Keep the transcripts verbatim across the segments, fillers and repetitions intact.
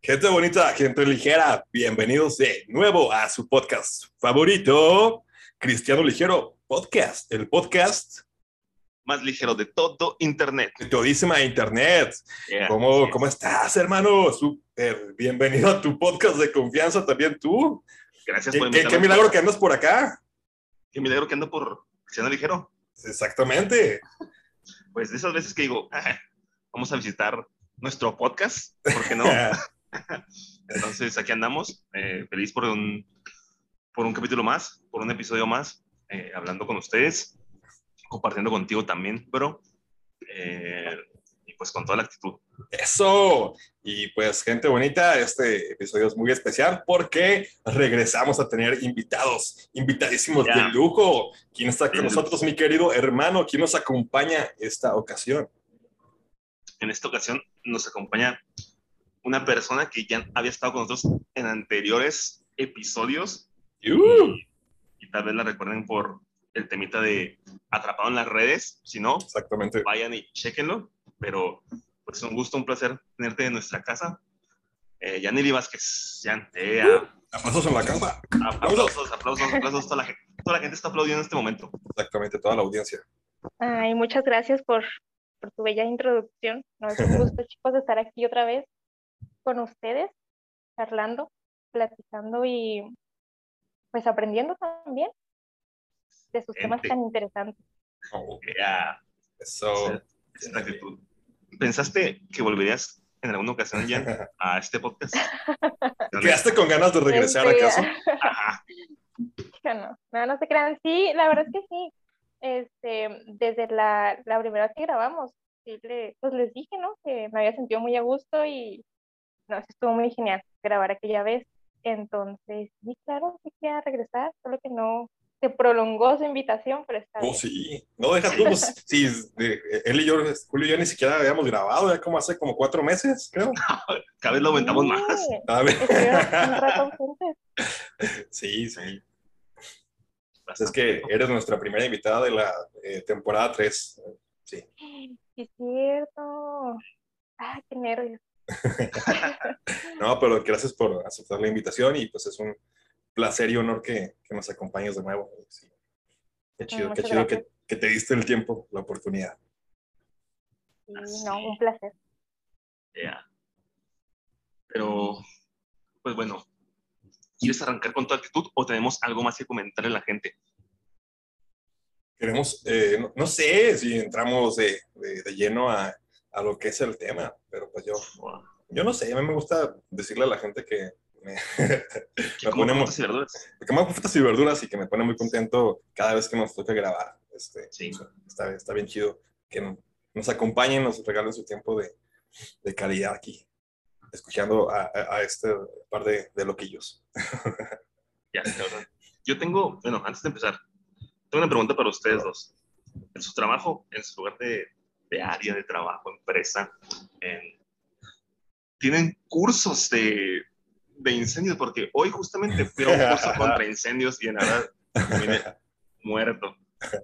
Gente bonita, gente ligera, bienvenidos de nuevo a su podcast favorito, Cristiano Ligero Podcast, el podcast más ligero de todo Internet. de todísima Internet. Yeah, ¿Cómo, yes. ¿Cómo estás, hermano? Súper bienvenido a tu podcast de confianza también tú. Gracias ¿Qué, por qué, invitarme. qué milagro que andas por acá. Qué milagro que ando por Cristiano Ligero. Exactamente. Pues de esas veces que digo, ah, vamos a visitar nuestro podcast, ¿por qué no? Entonces aquí andamos, eh, feliz por un, por un capítulo más, por un episodio más, eh, hablando con ustedes, compartiendo contigo también, bro. Eh, y pues con toda la actitud. Eso. Y pues, gente bonita, este episodio es muy especial porque regresamos a tener invitados, invitadísimos Yeah. de lujo. ¿Quién está con El, nosotros, mi querido hermano? ¿Quién nos acompaña esta ocasión? En esta ocasión nos acompaña una persona que ya había estado con nosotros en anteriores episodios Uh. y, y tal vez la recuerden por el temita de Atrapado en las Redes. Si no, Exactamente. vayan y chequenlo. Pero pues un gusto, un placer tenerte en nuestra casa. Eh, Yaneli Vázquez. Yan, eh, Uh. Aplausos en la casa. a, aplausos, aplausos, aplausos. Toda la, gente, toda la gente está aplaudiendo en este momento. Exactamente, toda la audiencia. Ay, muchas gracias por, por tu bella introducción. No, es un gusto, chicos, estar aquí otra vez con ustedes, charlando, platicando y pues aprendiendo también de sus temas Gente. tan interesantes. Oh, Yeah. eso. Esa, esa es la actitud. ¿Pensaste que volverías en alguna ocasión, Jan, a este podcast? ¿Quedaste con ganas de regresar Este, acaso? Ajá. No, no, no se crean. Sí, la verdad es que sí. Este, desde la, la primera vez que grabamos, sí le, pues les dije, ¿no? Que me había sentido muy a gusto y no, eso estuvo muy genial grabar aquella vez. Entonces, sí, claro, sí quería regresar, solo que no se prolongó su invitación, pero está Oh, bien. sí. No, deja tú. Pues, sí, de, él y yo, Julio y yo ni siquiera habíamos grabado, ya como hace como cuatro meses, creo. Cada vez lo aumentamos Sí, más. A ver. estuvieron un rato ausentes. Sí, sí. Es que eres nuestra primera invitada de la eh, temporada tres. Sí. Sí, es cierto. Ah, qué nervios. No, pero gracias por aceptar la invitación y pues es un placer y honor que, que nos acompañes de nuevo. Sí. Qué chido, Muchas qué chido gracias. que, que te diste el tiempo, la oportunidad. Sí, Así. no, un placer. Yeah. Pero, pues bueno, ¿quieres arrancar con tu actitud o tenemos algo más que comentarle a la gente? Queremos, eh, no, no sé si entramos de, de, de lleno a, a lo que es el tema, pero pues yo, Wow. yo no sé, a mí me gusta decirle a la gente que me, ¿Qué me como pone muy, frutas y verduras? que me frutas y verduras y que me pone muy contento cada vez que nos toca grabar. Este, Sí. está, está bien chido que nos acompañen, nos regalen su tiempo de, de calidad aquí, escuchando a, a, a este par de, de loquillos. Ya, cabrón. Yo tengo, bueno, antes de empezar, tengo una pregunta para ustedes dos. En su trabajo, en su lugar de, de área de trabajo, empresa, en, ¿tienen cursos de, de incendios? Porque hoy justamente fui a un curso contra incendios y en la verdad terminé muerto.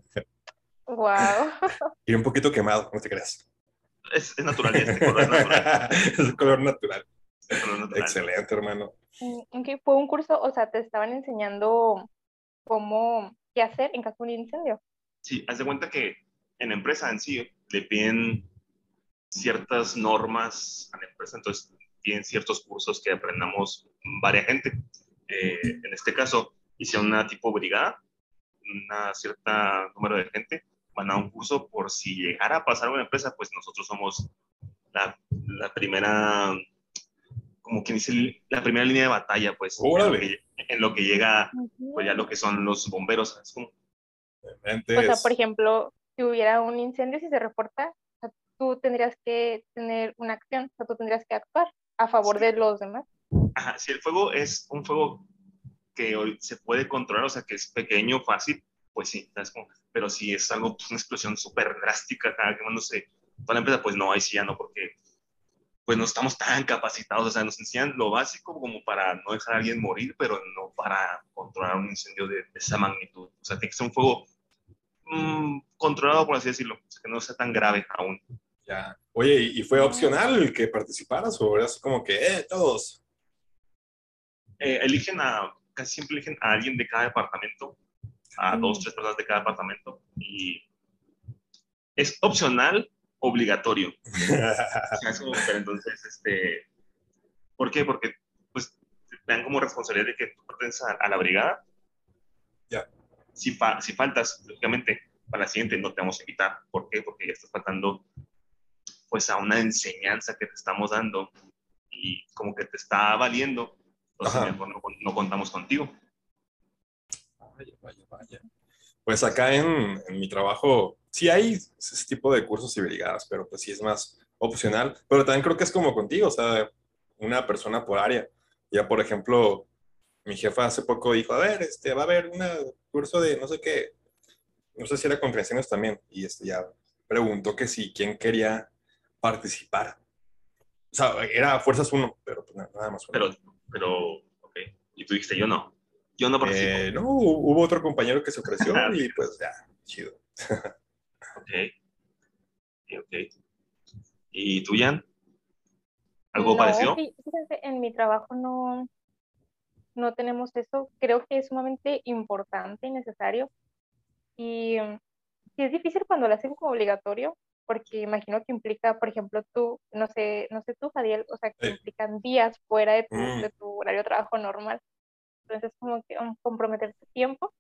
Wow. Y un poquito quemado, no te creas. Es, es natural, este color es natural. Es el color natural. Es color natural. Excelente, hermano. Ok, fue un curso, o sea, te estaban enseñando cómo, qué hacer en caso de un incendio. Sí, haz de cuenta que en la empresa en sí le piden ciertas normas a la empresa, entonces tienen ciertos cursos que aprendamos varias gente. Eh, en este caso, hicieron una tipo brigada, una cierta número de gente, van a un curso por si llegara a pasar una empresa, pues nosotros somos la, la primera, como quien dice, la primera línea de batalla, pues, en lo, que, en lo que llega, pues ya lo que son los bomberos. Es como... O sea, por ejemplo, si hubiera un incendio, si se reporta, o sea, tú tendrías que tener una acción, o sea, tú tendrías que actuar a favor sí. de los demás. Ajá, si el fuego es un fuego que hoy se puede controlar, o sea, que es pequeño, fácil, pues sí, ¿sabes cómo? Pero si es algo, pues, una explosión súper drástica, cada quemándose toda la empresa, pues no, ahí sí ya no, porque pues no estamos tan capacitados, o sea, nos enseñan lo básico como para no dejar a alguien morir, pero no para controlar un incendio de, de esa magnitud. O sea, tiene que ser un fuego mmm, controlado, por así decirlo, o sea, que no sea tan grave aún. Ya. Oye, ¿y y fue No. opcional el que participaras o era así como que, eh, todos? Eh, eligen a, casi siempre eligen a alguien de cada departamento, a dos, Mm. tres personas de cada departamento, y es opcional, obligatorio. O sea, es como, pero entonces, este, ¿por qué? Porque, pues, te dan como responsabilidad de que tú perteneces a, a la brigada. Ya. Si, fa si faltas, lógicamente, para la siguiente no te vamos a invitar. ¿Por qué? Porque ya estás faltando, pues, a una enseñanza que te estamos dando y como que te está valiendo, entonces Ajá. mejor no, no contamos contigo. Vaya, vaya, vaya. Pues acá en, en mi trabajo sí hay ese tipo de cursos y brigadas, pero pues sí es más opcional. Pero también creo que es como contigo, o sea, una persona por área. Ya, por ejemplo, mi jefa hace poco dijo, a ver, este, va a haber un curso de no sé qué, no sé si era con creaciones también, y este ya preguntó que si quién quería participar. O sea, era Fuerzas uno, pero pues nada, nada más uno. Pero, pero, ok. Y tú dijiste, yo no, yo no participo. Eh, no, hubo otro compañero que se ofreció y pues ya, chido. Ok, ok. ¿Y tú, Jan? ¿Algo No, parecido? fí- fíjense, en mi trabajo no, no tenemos eso. Creo que es sumamente importante y necesario. Y mm, sí es difícil cuando lo hacen como obligatorio, porque imagino que implica, por ejemplo, tú, no sé, no sé tú, Jadiel, o sea, que Eh, implican días fuera de tu, mm, de tu horario de trabajo normal. Entonces, como que um, comprometer tu tiempo,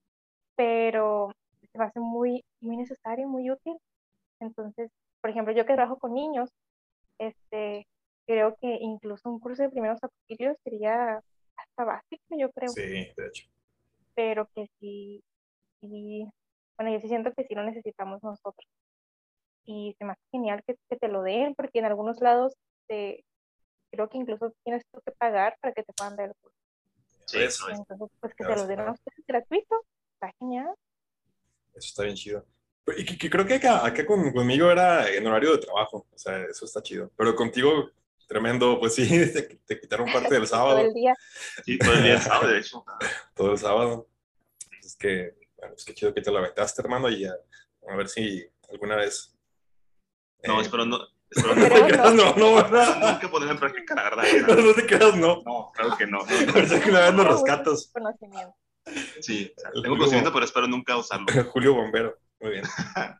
pero se me hace muy, muy necesario, muy útil. Entonces, por ejemplo, yo que trabajo con niños, este, creo que incluso un curso de primeros auxilios sería hasta básico, yo creo, sí, de hecho. pero que sí, sí, bueno, yo sí siento que sí lo necesitamos nosotros. Y se me hace genial que, que te lo den, porque en algunos lados te, creo que incluso tienes tú que pagar para que te puedan dar el curso. Ya Sí, no ves, es. Entonces, pues que ya te ves lo que den a no. ustedes gratuito, está genial. Eso está bien chido. Pero- Y que, que creo que acá, acá con- conmigo era en horario de trabajo, o sea, eso está chido. Pero contigo, tremendo, pues sí, te, te quitaron parte del Y todo el sábado. día. Sí, todo el día el sábado, de hecho. Todo el sábado. Es que, bueno, es que chido que te lo aventaste, hermano, y a, a ver si alguna vez. No, eh, espero no, espero no te Esperemos nunca, creas, no. no, no, espero no, nunca ponerlo en práctica, la verdad. O no, sea, no te creas, no. no, claro que no, no, no. Ahorita que una vez nos Mucho gusto en rescatas, tu conocimiento. Sí, o sea, el tengo Julio, conocimiento, Bo- pero espero nunca usarlo. Julio Bombero. Muy bien.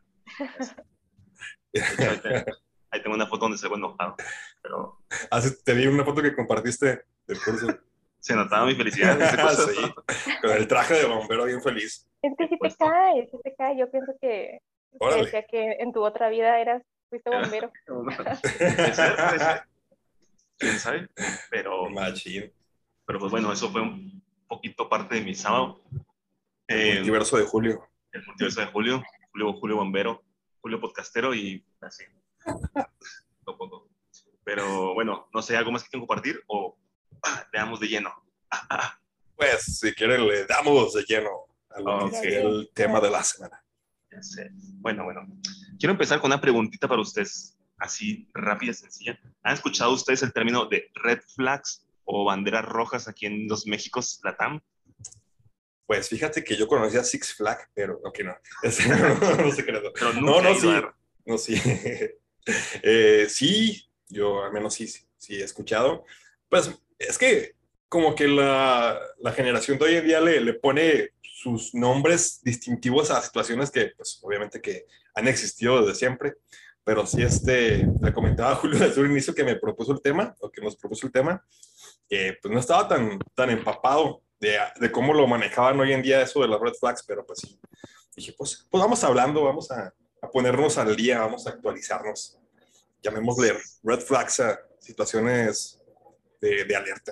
De hecho, ahí, te- ahí tengo una foto donde salgo enojado, pero Así te vi una foto que compartiste del curso. se notaba mi felicidad en ese curso. Sí, con el traje de bombero bien feliz. Es que Bien sí te puesto. cae, sí te cae. Yo pienso que, que Órale. decía que en tu otra vida eras, fuiste bombero. Puede ser, puede ser, quién sabe, pero, Machín. pero pues bueno, eso fue un poquito parte de mi sábado. El Eh, multiverso de Julio. el multiverso de Julio, Julio, Julio Bombero, Julio Podcastero y así, poco a poco. Pero bueno, no sé, ¿algo más que quieren compartir o ah, le damos de lleno? Pues, si quieren, le damos de lleno a lo que Ok, Ya sería sé. el tema de la semana. ya sé. Bueno, bueno. Quiero empezar con una preguntita para ustedes, así rápida, sencilla. ¿Han escuchado ustedes el término de red flags o banderas rojas aquí en los Méxicos, Latam? Pues fíjate que yo conocía Six Flag, pero ok, no. Ese, no, no sé qué era. Pero No, nunca no, he ido a sí. ver. No, sí. Eh, sí, yo al menos sí, sí he escuchado. Pues es que como que la, la generación de hoy en día le, le pone sus nombres distintivos a situaciones que, pues obviamente que han existido desde siempre. Pero sí, este, le comentaba a Julio desde un inicio que me propuso el tema, o que nos propuso el tema, que pues no estaba tan, tan empapado de, de cómo lo manejaban hoy en día eso de las red flags, pero pues sí. Dije, pues, pues vamos hablando, vamos a, a ponernos al día, vamos a actualizarnos. Llamémosle red flags a situaciones de, de alerta.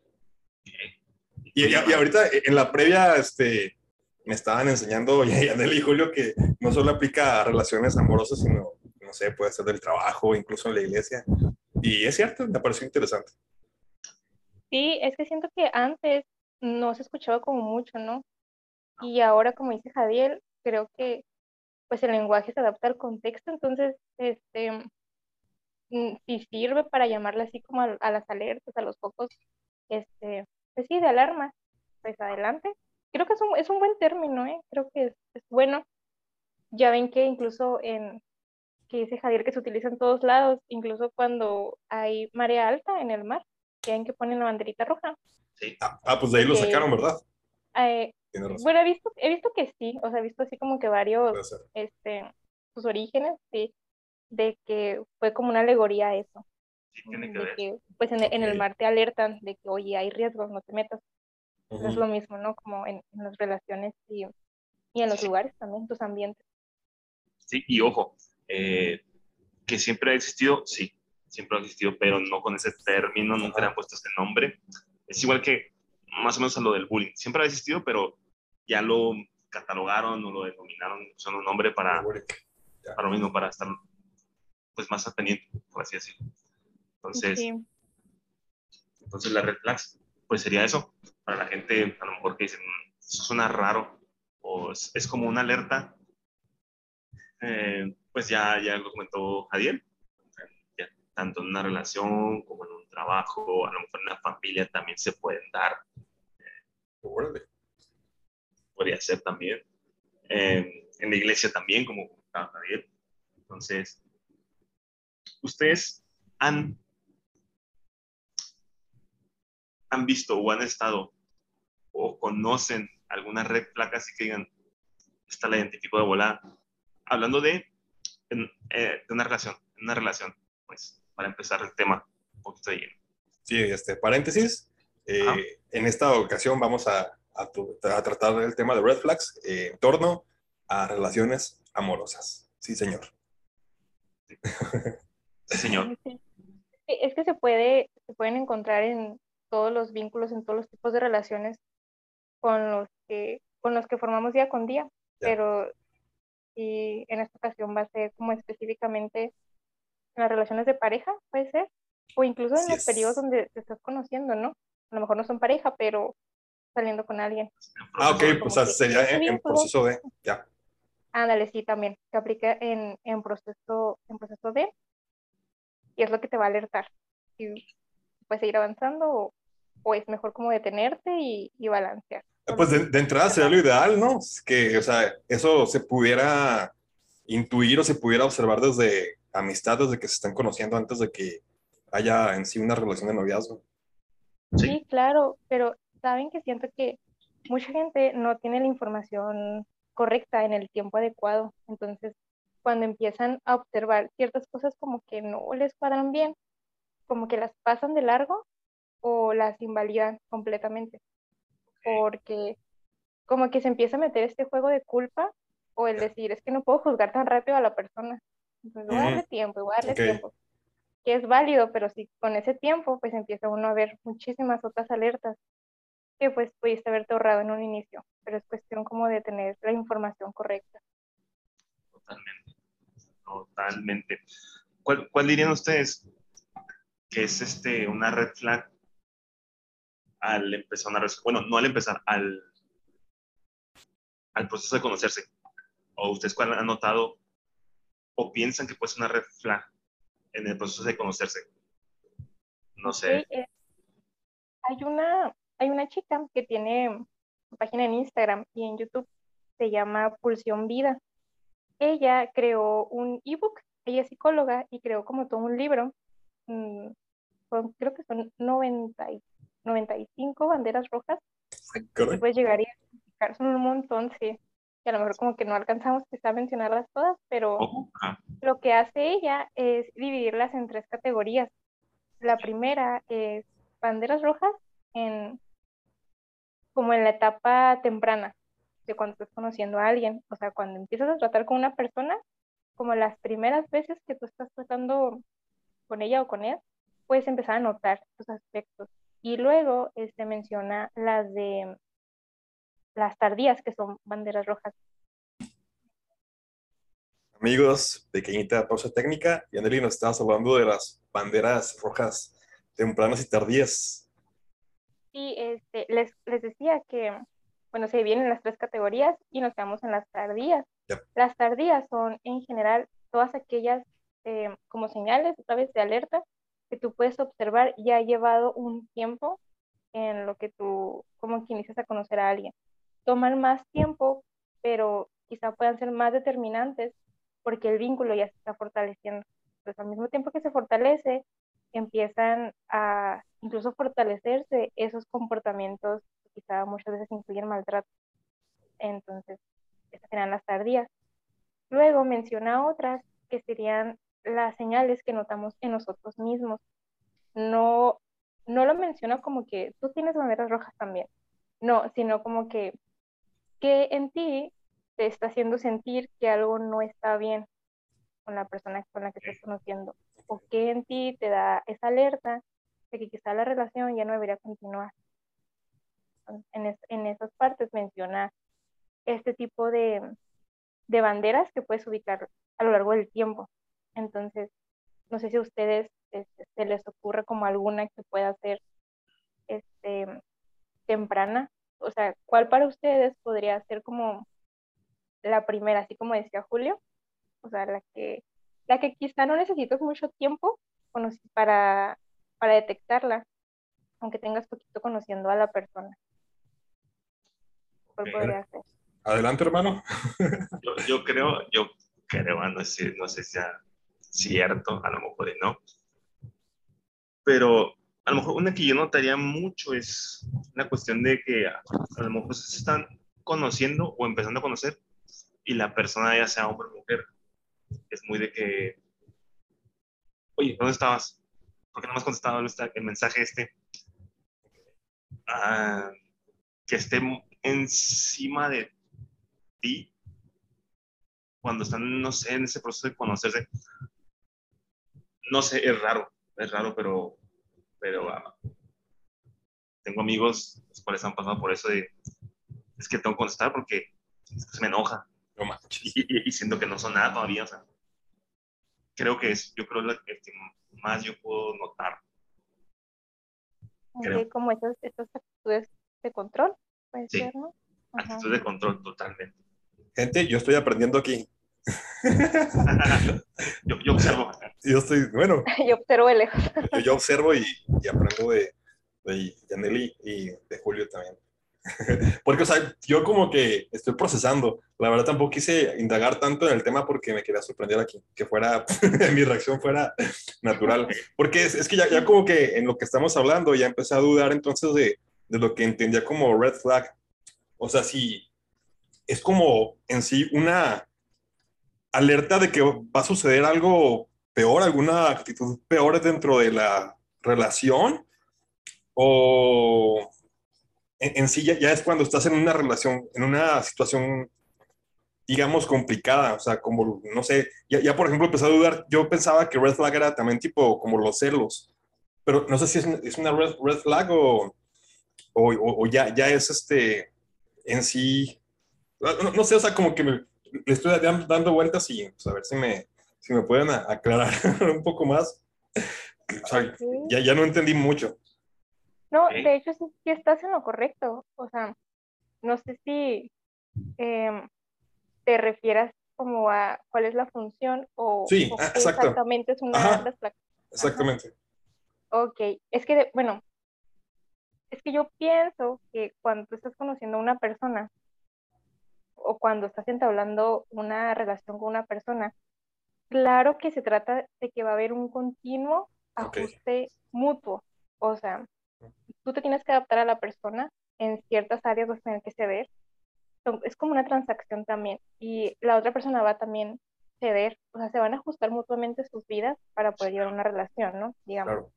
Y Y, tú y, ya, y ahorita en la previa, este, me estaban enseñando, Yanel y Julio, que no solo aplica a relaciones amorosas, sino, no sé, puede ser del trabajo, incluso en la iglesia. Y es cierto, me pareció interesante. Sí, es que siento que antes no se escuchaba como mucho, ¿no? Y ahora, como dice Javier, creo que pues el lenguaje se adapta al contexto, entonces, este, mm, si sirve para llamarle así como a, a las alertas, a los focos, este, pues sí, de alarma, pues adelante. Creo que es un, es un buen término, ¿eh? Creo que es, es bueno. Ya ven que incluso en, que dice Javier que se utiliza en todos lados, incluso cuando hay marea alta en el mar, que hay que poner la banderita roja. Sí. Ah, ah, pues de ahí De lo que, sacaron, ¿verdad? eh, Tienes razón, bueno, he visto, he visto que sí, o sea, he visto así como que varios, puede ser. este, sus orígenes, sí, de que fue como una alegoría a eso, Sí, tiene que de ver. que pues en, el- en el Ok. mar te alertan de que, oye, hay riesgos, no te metas. Pues es Ujú. lo mismo, ¿no? Como en, en las relaciones y, y en los Sí, lugares también, tus ambientes. sí, y ojo, eh, que siempre ha existido, sí, siempre ha existido, pero no con ese término, nunca le han Ajá. puesto ese nombre. Es igual que más o menos a lo del bullying. Siempre ha existido, pero ya lo catalogaron o lo denominaron, son un nombre El para, bullying. Ya. para lo mismo, para estar pues más al pendiente, por así decirlo. Entonces, Sí, entonces la red flags, pues sería eso. Para la gente, a lo mejor que dicen, "Mm, eso suena raro, o es, es como una alerta, eh, pues ya, ya lo comentó Javier, ya, tanto en una relación como en un trabajo, a lo mejor en una familia también se pueden dar, Órale. podría ser también, eh, en la iglesia también, como comentaba Javier. Entonces, ustedes han, han visto o han estado o conocen alguna red flag así que digan, esta la identifico de volada. Hablando de, en, eh, de una relación, una relación, pues, para empezar el tema un poquito de lleno. Sí, este, paréntesis. Ajá. eh, en esta ocasión vamos a, a, tu- a tratar el tema de red flags eh, en torno a relaciones amorosas. Sí, señor. Sí, señor. sí. Sí, es que se puede, se pueden encontrar en todos los vínculos, en todos los tipos de relaciones con los que, con los que formamos día con día, Ya. pero sí, en esta ocasión va a ser como específicamente en las relaciones de pareja, puede ser, o incluso en Así los periodos es. donde te estás conociendo, ¿no? A lo mejor no son pareja, pero saliendo con alguien. En Ah, ok, proceso de pues Como ah, que en sería este en, en vínculo, proceso de. Ya. ándale, sí, también, se aplica en, en proceso, en proceso de, y es lo que te va a alertar. Si puedes seguir avanzando o, o es mejor como detenerte y, y balancear Eh, todo lo Pues que de, de entrada te sería pasa. lo ideal, ¿no? Es que, o sea, eso se pudiera intuir o se pudiera observar desde amistad, desde que se están conociendo antes de que haya en sí una relación de noviazgo. sí, Sí, claro, pero saben que siento que mucha gente no tiene la información correcta en el tiempo adecuado. Entonces, cuando empiezan a observar ciertas cosas como que no les cuadran bien, como que las pasan de largo o las invalidan completamente, porque como que se empieza a meter este juego de culpa o el Ya. decir, es que no puedo juzgar tan rápido a la persona. Entonces, voy a Mm, darle tiempo, voy a darle ok. tiempo, que es válido, pero si con ese tiempo, pues empieza uno a ver muchísimas otras alertas que pues pudiste haberte ahorrado en un inicio, pero es cuestión como de tener la información correcta. totalmente, totalmente. ¿Cuál, cuál dirían ustedes que es este, una red flag al empezar una relación? Bueno, no al empezar, al, al proceso de conocerse. ¿O ustedes cuál han notado o piensan que puede ser una red flag en el proceso de conocerse? No Ok, sé. eh, hay una, hay una chica que tiene su página en Instagram y en YouTube, se llama Pulsión Vida. Ella creó un ebook, ella es psicóloga y creó como todo un libro, mm, son- creo que son noventa y- noventa y cinco banderas rojas que Caray. puedes llegar a identificar, son un montón, sí, que a lo mejor como que no alcanzamos quizá a mencionarlas todas, pero ¿Cómo? Ah, lo que hace ella es dividirlas en tres categorías. La primera es banderas rojas en, como en la etapa temprana de cuando estás conociendo a alguien, o sea, cuando empiezas a tratar con una persona, como las primeras veces que tú estás tratando con ella o con él, puedes empezar a notar estos aspectos. Y luego este, menciona las de las tardías, que son banderas rojas. Amigos, pequeñita pausa técnica. Y Anneli, nos estabas hablando de las banderas rojas tempranas y tardías. Y este, les, les decía que, bueno, se vienen las tres categorías y nos quedamos en las tardías. Ya. Las tardías son en general todas aquellas eh, como señales, otra vez de alerta, que tú puedes observar ya ha llevado un tiempo en lo que tú como que inicias a conocer a alguien. Toman más tiempo, pero quizá puedan ser más determinantes porque el vínculo ya se está fortaleciendo. Pues al mismo tiempo que se fortalece, empiezan a incluso fortalecerse esos comportamientos que quizá muchas veces incluyen maltrato. Entonces, esas serían las tardías. Luego menciona otras que serían las señales que notamos en nosotros mismos. No, no lo menciona como que tú tienes banderas rojas también. No, sino como que, que en ti te está haciendo sentir que algo no está bien con la persona con la que estás conociendo. O que en ti te da esa alerta de que quizá la relación ya no debería continuar. En, es, en esas partes menciona este tipo de, de banderas que puedes ubicar a lo largo del tiempo. Entonces, no sé si a ustedes este, se les ocurre como alguna que pueda ser este, temprana. O sea, ¿cuál para ustedes podría ser como la primera, así como decía Julio? O sea, la que, la que quizá no necesitas mucho tiempo para, para detectarla, aunque tengas poquito conociendo a la persona. ¿Cuál Okay. podría ser? Adelante, hermano. Yo, yo creo, yo creo, no sé, no sé si sea cierto, a lo mejor no, pero a lo mejor una que yo notaría mucho es una cuestión de que a, a lo mejor se están conociendo o empezando a conocer y la persona ya sea hombre o mujer, es muy de que, oye, ¿dónde estabas? ¿Por qué no me has contestado el, el mensaje este? Ah, que esté encima de ti cuando están, no sé, en ese proceso de conocerse. No sé, es raro, es raro, pero, pero uh, tengo amigos los cuales han pasado por eso de, es que tengo que contestar porque se me enoja. No manches. Y, y, y siento que no son nada todavía, o sea, creo que es, yo creo lo que más yo puedo notar. Creo. Okay, como esas, esas actitudes de control, puede Sí, ser, ¿no? Ajá. actitud de control totalmente. Gente, yo estoy aprendiendo aquí. yo, yo observo. Yo estoy, bueno, Yo observo de lejos. yo, yo observo y, y aprendo de, de Yaneli y de Julio también. Porque, o sea, yo como que estoy procesando. La verdad tampoco quise indagar tanto en el tema porque me quería sorprender aquí, que fuera, mi reacción fuera natural. Porque es, es que ya, ya como que en lo que estamos hablando ya empecé a dudar entonces de, de lo que entendía como red flag. O sea, si es como en sí una alerta de que va a suceder algo peor, alguna actitud peor dentro de la relación, o en, en sí ya, ya, es cuando estás en una relación, en una situación, digamos, complicada, o sea, como, no sé, ya, ya por ejemplo empecé a dudar, yo pensaba que red flag era también tipo como los celos, pero no sé si es, es una red, red flag o, o, o, ya, ya es este, en sí, no, no sé, o sea, como que me, le estoy dando vueltas y pues, a ver si me, si me pueden aclarar un poco más. O sea, Okay. ya, ya no entendí mucho. No, Okay. de hecho sí, sí estás en lo correcto. O sea, no sé si eh, te refieras como a cuál es la función o, Sí, o ah, qué exacto. exactamente es una Ajá, red flag. Ajá. exactamente. Ok, es que, de- bueno, es que yo pienso que cuando tú estás conociendo a una persona o cuando estás entablando una relación con una persona, claro que se trata de que va a haber un continuo Ok. ajuste mutuo. O sea, tú te tienes que adaptar a la persona, en ciertas áreas vas a tener que ceder. Son- Es como una transacción también. Y la otra persona va a también ceder. O sea, se van a ajustar mutuamente sus vidas para poder llevar una relación, ¿no? Digamos. Claro.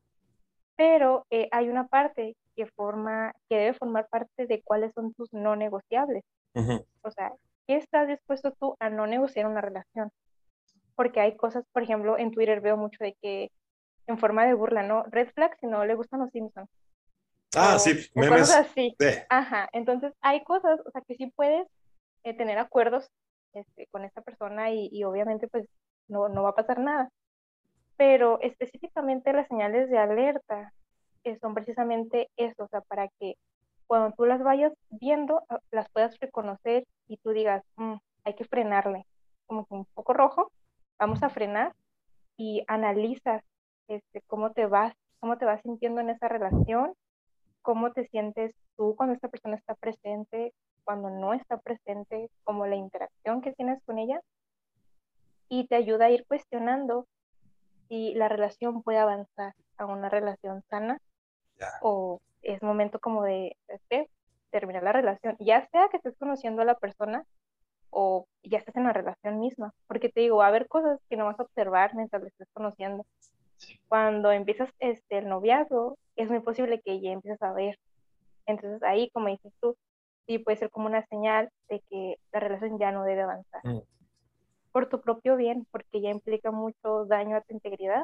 Pero eh, hay una parte que forma, que debe formar parte de cuáles son tus no negociables. Ujú. O sea, ¿qué estás dispuesto tú a no negociar en una relación? Porque hay cosas, por ejemplo, en Twitter veo mucho de que en forma de burla, ¿no? Red flag si no le gustan los Simpsons Ah, o, sí, o cosas memes. así. Eh, Ajá, entonces hay cosas, o sea, que sí puedes eh, tener acuerdos este, con esta persona y, y obviamente pues no, no va a pasar nada. Pero específicamente las señales de alerta eh, son precisamente eso, o sea, para que cuando tú las vayas viendo, ah, las puedas reconocer y tú digas, "Mm, hay que frenarle, como que un poco rojo, vamos a frenar y analizas este, cómo te vas, cómo te vas sintiendo en esa relación, cómo te sientes tú cuando esta persona está presente, cuando no está presente, como la interacción que tienes con ella y te ayuda a ir cuestionando si la relación puede avanzar a una relación sana Ya. o es momento como de, ¿sabes qué? Terminar la relación, ya sea que estés conociendo a la persona o ya estás en la relación misma, porque te digo, va a haber cosas que no vas a observar mientras lo estés conociendo. Sí, Cuando empiezas este, el noviazgo, es muy posible que ya empieces a ver. Entonces ahí, como dices tú, sí puede ser como una señal de que la relación ya no debe avanzar. Mm. Por tu propio bien, porque ya implica mucho daño a tu integridad.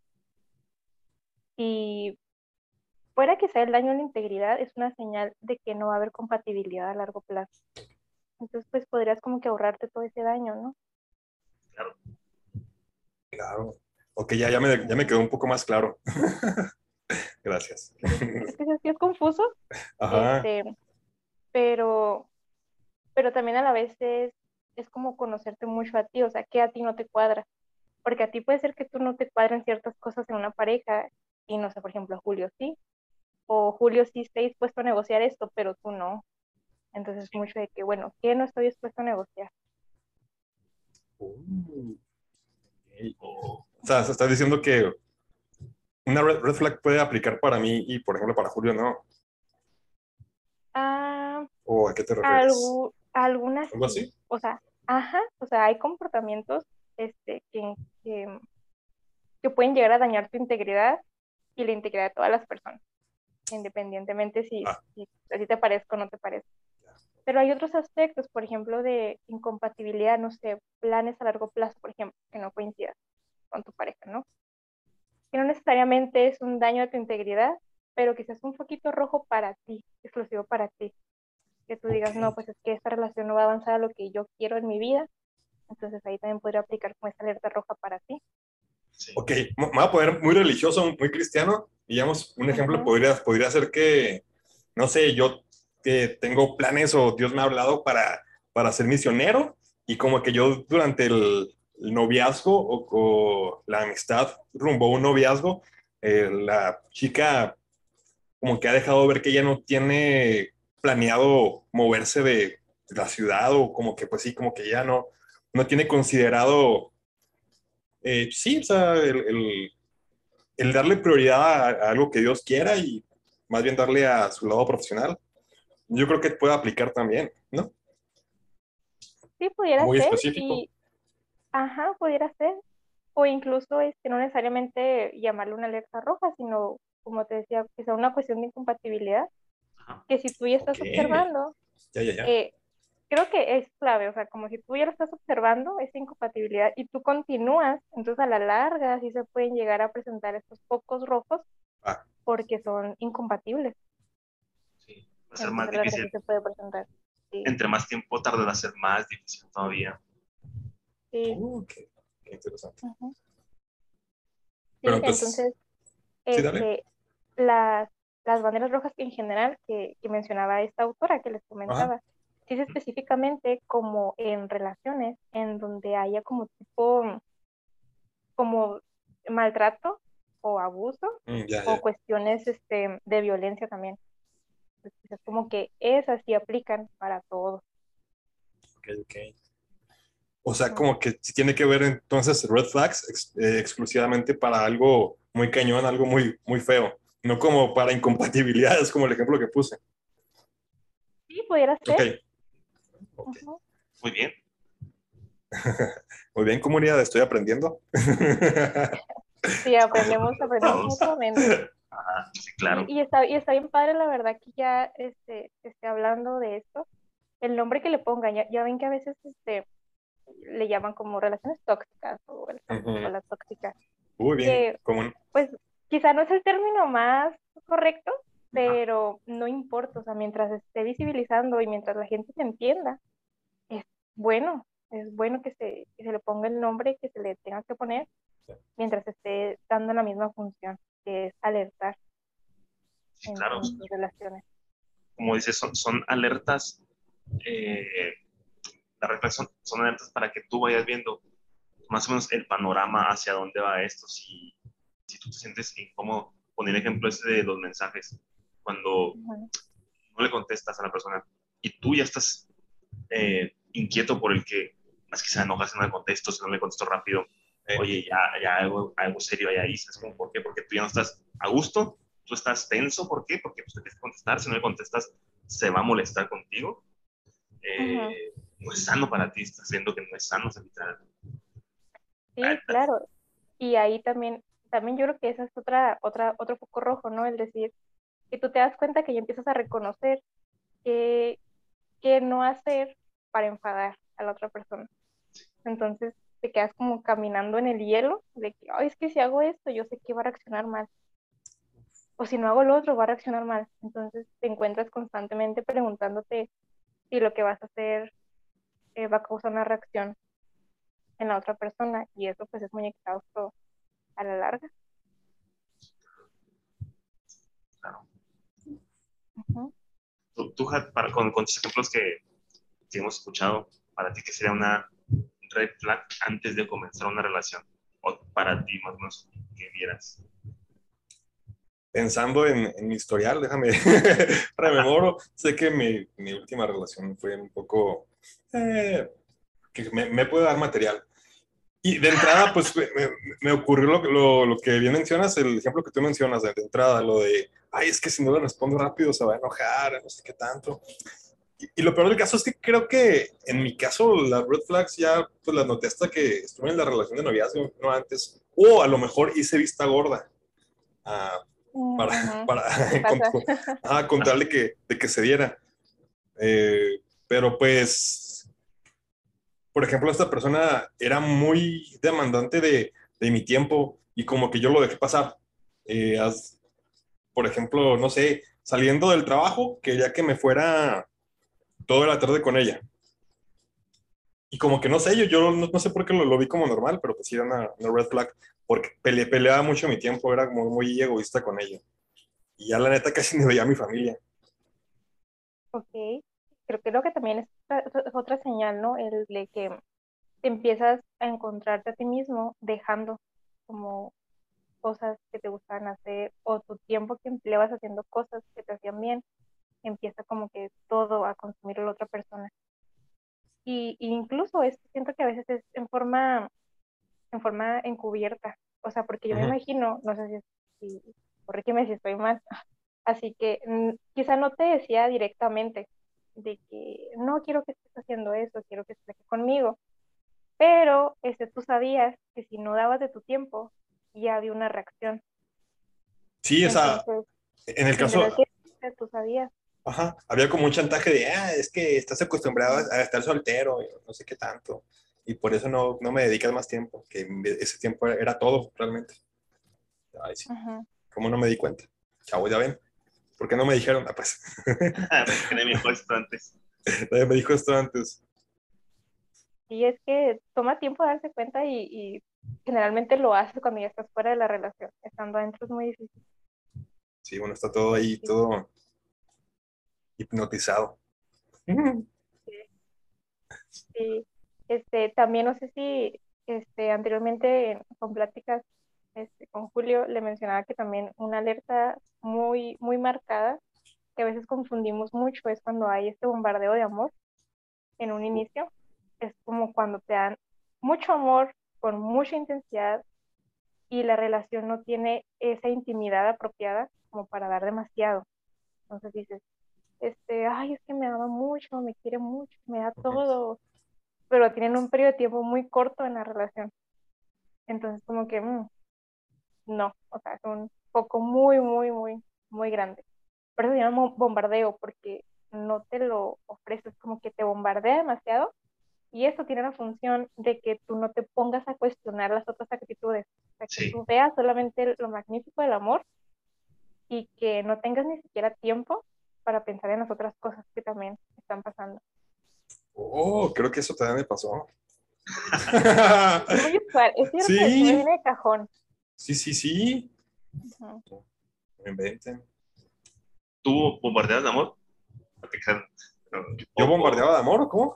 Y fuera que sea el daño a la integridad, es una señal de que no va a haber compatibilidad a largo plazo. Entonces, pues podrías como que ahorrarte todo ese daño, ¿no? claro. Claro. Ok, ya, ya, me, ya me quedó un poco más claro. Gracias. Es que sí es confuso, Ajá. este, pero, pero también a la vez es, es como conocerte mucho a ti, o sea, que a ti no te cuadra. Porque a ti puede ser que tú no te cuadren ciertas cosas en una pareja y no sé, por ejemplo, Julio sí, o Julio sí está dispuesto a negociar esto, pero tú no. Entonces, mucho de que, bueno, ¿qué no estoy dispuesto a negociar? Uh, ok. O, O sea, se está diciendo que una red, red flag puede aplicar para mí y, por ejemplo, para Julio no. Ah, ¿O a qué te refieres? algu- algunas ¿Algo sí, así? o sea, ajá, o sea, hay comportamientos este, que, que, que pueden llegar a dañar tu integridad y la integridad de todas las personas, independientemente si, Ah, si a ti te parezca o no te parezca. ya. Pero hay otros aspectos, por ejemplo, de incompatibilidad, no sé, planes a largo plazo, por ejemplo, que no coincidan con tu pareja, ¿no? Que no necesariamente es un daño a tu integridad, pero quizás un poquito rojo para ti, exclusivo para ti. Que tú Ok. digas, no, pues es que esta relación no va a avanzar a lo que yo quiero en mi vida, entonces ahí también podría aplicar como esta alerta roja para ti. sí, Ok, me voy a poner muy religioso, muy cristiano. Digamos, un ejemplo Ujú, podría, podría ser que, no sé, yo que tengo planes o Dios me ha hablado para, para ser misionero y como que yo durante el, el noviazgo o, o la amistad rumbo a un noviazgo, eh, la chica como que ha dejado ver que ella no tiene planeado moverse de la ciudad o como que pues sí, como que ya no, no tiene considerado, eh, sí, o sea, el, el el darle prioridad a, a algo que Dios quiera y más bien darle a su lado profesional, yo creo que puede aplicar también, ¿no? sí, pudiera Muy ser, específico. y ajá, pudiera ser, o incluso este, no necesariamente llamarle una alerta roja, sino, como te decía, que sea una cuestión de incompatibilidad, ajá, que si tú ya Ok, estás observando, ya, ya, ya. eh, creo que es clave, o sea, como si tú ya lo estás observando, esa incompatibilidad, y tú continúas, entonces a la larga sí se pueden llegar a presentar estos focos rojos Ah, porque son incompatibles. sí. Va a ser Entonces más a la larga sí difícil. se puede presentar. Sí, Entre más tiempo tarde va a ser más difícil todavía. sí, uh, qué, qué interesante. ujú, Pero sí, entonces, entonces, sí, dale. este, las, las banderas rojas en general que, que mencionaba esta autora que les Ajá. comentaba, sí es específicamente como en relaciones en donde haya como tipo, como maltrato o abuso Mm, ya, o ya. cuestiones este, de violencia también. Entonces, es como que esas sí aplican para todo. Ok, ok. O sea, Ujú. como que sí tiene que ver entonces red flags ex- eh, exclusivamente para algo muy cañón, algo muy, muy feo, no como para incompatibilidades, como el ejemplo que puse. Sí, pudiera Ok, ser. ok. Ujú. Muy bien. Muy bien, comunidad, estoy aprendiendo. Sí, Estamos aprendemos, aprendiendo aprendemos todos. mutuamente. Ajá, sí, Y, claro. y está, y está bien padre, la verdad, que ya este, esté hablando de esto. El nombre que le pongan, ya, ya ven que a veces este, le llaman como relaciones tóxicas o el tóxico, Ujú. la tóxica, Muy bien, que común. pues quizá no es el término más correcto, Ajá, pero no importa, o sea, mientras se esté visibilizando y mientras la gente se entienda, es bueno, es bueno que se, que se le ponga el nombre que se le tenga que poner mientras se esté dando la misma función, que es alertar sí, en, claro. en sus relaciones. Como dices, son, son alertas. Eh, las reglas son, son alertas para que tú vayas viendo más o menos el panorama hacia dónde va esto. Si, si tú te sientes incómodo, con el ejemplo ese de los mensajes, cuando Ujú. no le contestas a la persona y tú ya estás eh, inquieto por el que más que se enoja si no le contesto, si no le contesto rápido, Eh, oye, ya, ya algo, algo serio hay ahí, ¿sabes cómo? ¿Por qué? Porque tú ya no estás a gusto, tú estás tenso, ¿por qué? Porque pues, te tienes que contestar, si no le contestas, se va a molestar contigo. Ujú. Eh, no es sano para ti, estás viendo que no es sano, o sea, literal. Sí, claro. Y ahí también, también yo creo que esa es otra, otra, otro foco rojo, ¿no? El decir que tú te das cuenta que ya empiezas a reconocer que, que no hacer para enfadar a la otra persona. Entonces te quedas como caminando en el hielo de que, ay, es que si hago esto, yo sé que va a reaccionar mal. O si no hago lo otro, va a reaccionar mal. Entonces te encuentras constantemente preguntándote si lo que vas a hacer eh, va a causar una reacción en la otra persona. Y eso pues es muy exhausto a la larga. Claro. Ujú. Tú, tú, Jad, para, con, con tus ejemplos que, que hemos escuchado, para ti, ¿qué sería una red flag antes de comenzar una relación? O para ti, más o menos, que vieras. Pensando en, en mi historial, déjame rememoro. Sé que mi, mi última relación fue un poco eh, que me, me puede dar material. Y de entrada, pues me, me ocurrió lo, lo, lo, que bien mencionas, el ejemplo que tú mencionas de, de entrada, lo de, ay, es que si no le respondo rápido se va a enojar, no sé qué tanto. Y, y lo peor del caso es que creo que en mi caso las red flags ya pues las noté hasta que estuve en la relación de noviazgo, no antes. O a lo mejor hice vista gorda. Uh, Mm, para, ujú. para Sí pasa. ah, contarle que, de que se diera. Eh, pero pues, por ejemplo, esta persona era muy demandante de, de mi tiempo y como que yo lo dejé pasar. Eh, as, por ejemplo, no sé, saliendo del trabajo, quería que me fuera toda la tarde con ella. Y como que no sé, yo, yo no, no sé por qué lo, lo, vi como normal, pero pues sí era una, una red flag, porque pele, peleaba mucho mi tiempo, era como muy egoísta con ella. Y ya la neta casi ni veía a mi familia. Ok. Creo, creo que también es otra, es otra señal, ¿no? El de que te empiezas a encontrarte a ti mismo dejando como cosas que te gustaban hacer o tu tiempo que empleabas haciendo cosas que te hacían bien, empieza como que todo a consumir a la otra persona. Y, y incluso esto siento que a veces es en forma, en forma encubierta. O sea, porque yo Uh me -huh. imagino, no sé si, si corrígeme si estoy mal, así que mm, quizá no te decía directamente de que no quiero que estés haciendo eso, quiero que estés aquí conmigo, pero este, tú sabías que si no dabas de tu tiempo, ya había una reacción. Sí, o sea, Entonces, en el sin caso, tener que decirte, tú sabías. ajá, había como un chantaje de, ah, es que estás acostumbrado Ujú. a estar soltero, y no sé qué tanto, y por eso no, no me dedicas más tiempo, que ese tiempo era todo, realmente. Ay, sí, Ujú. ¿cómo no me di cuenta? Chavo, ya ven, ¿por qué no me dijeron? Ah, pues, Porque me dijo esto antes. nadie me dijo esto antes. Y es que toma tiempo darse cuenta y, y generalmente lo haces cuando ya estás fuera de la relación. Estando adentro es muy difícil. Sí, bueno, está todo ahí, Sí, todo hipnotizado. sí, sí. Este, también no sé si este, anteriormente en- con pláticas este, con Julio le mencionaba que también una alerta muy, muy marcada, que a veces confundimos mucho, es cuando hay este bombardeo de amor en un inicio. Es como cuando te dan mucho amor con mucha intensidad y la relación no tiene esa intimidad apropiada como para dar demasiado. Entonces dices, este, ay, es que me ama mucho, me quiere mucho, me da todo, pero tienen un periodo de tiempo muy corto en la relación. Entonces como que, mm, no, o sea, es un poco muy, muy, muy, muy grande. Por eso se llama bombardeo, porque no te lo ofreces, como que te bombardea demasiado y eso tiene la función de que tú no te pongas a cuestionar las otras actitudes, o sea, que Sí. tú veas solamente lo magnífico del amor y que no tengas ni siquiera tiempo para pensar en las otras cosas que también están pasando. Oh, creo que eso también me pasó. Es muy usual, es cierto que sí me Sí, viene de cajón. sí, sí, sí. Ujú. No me inventen. ¿Tú bombardeas de amor? O, ¿Yo o, bombardeaba de amor o cómo?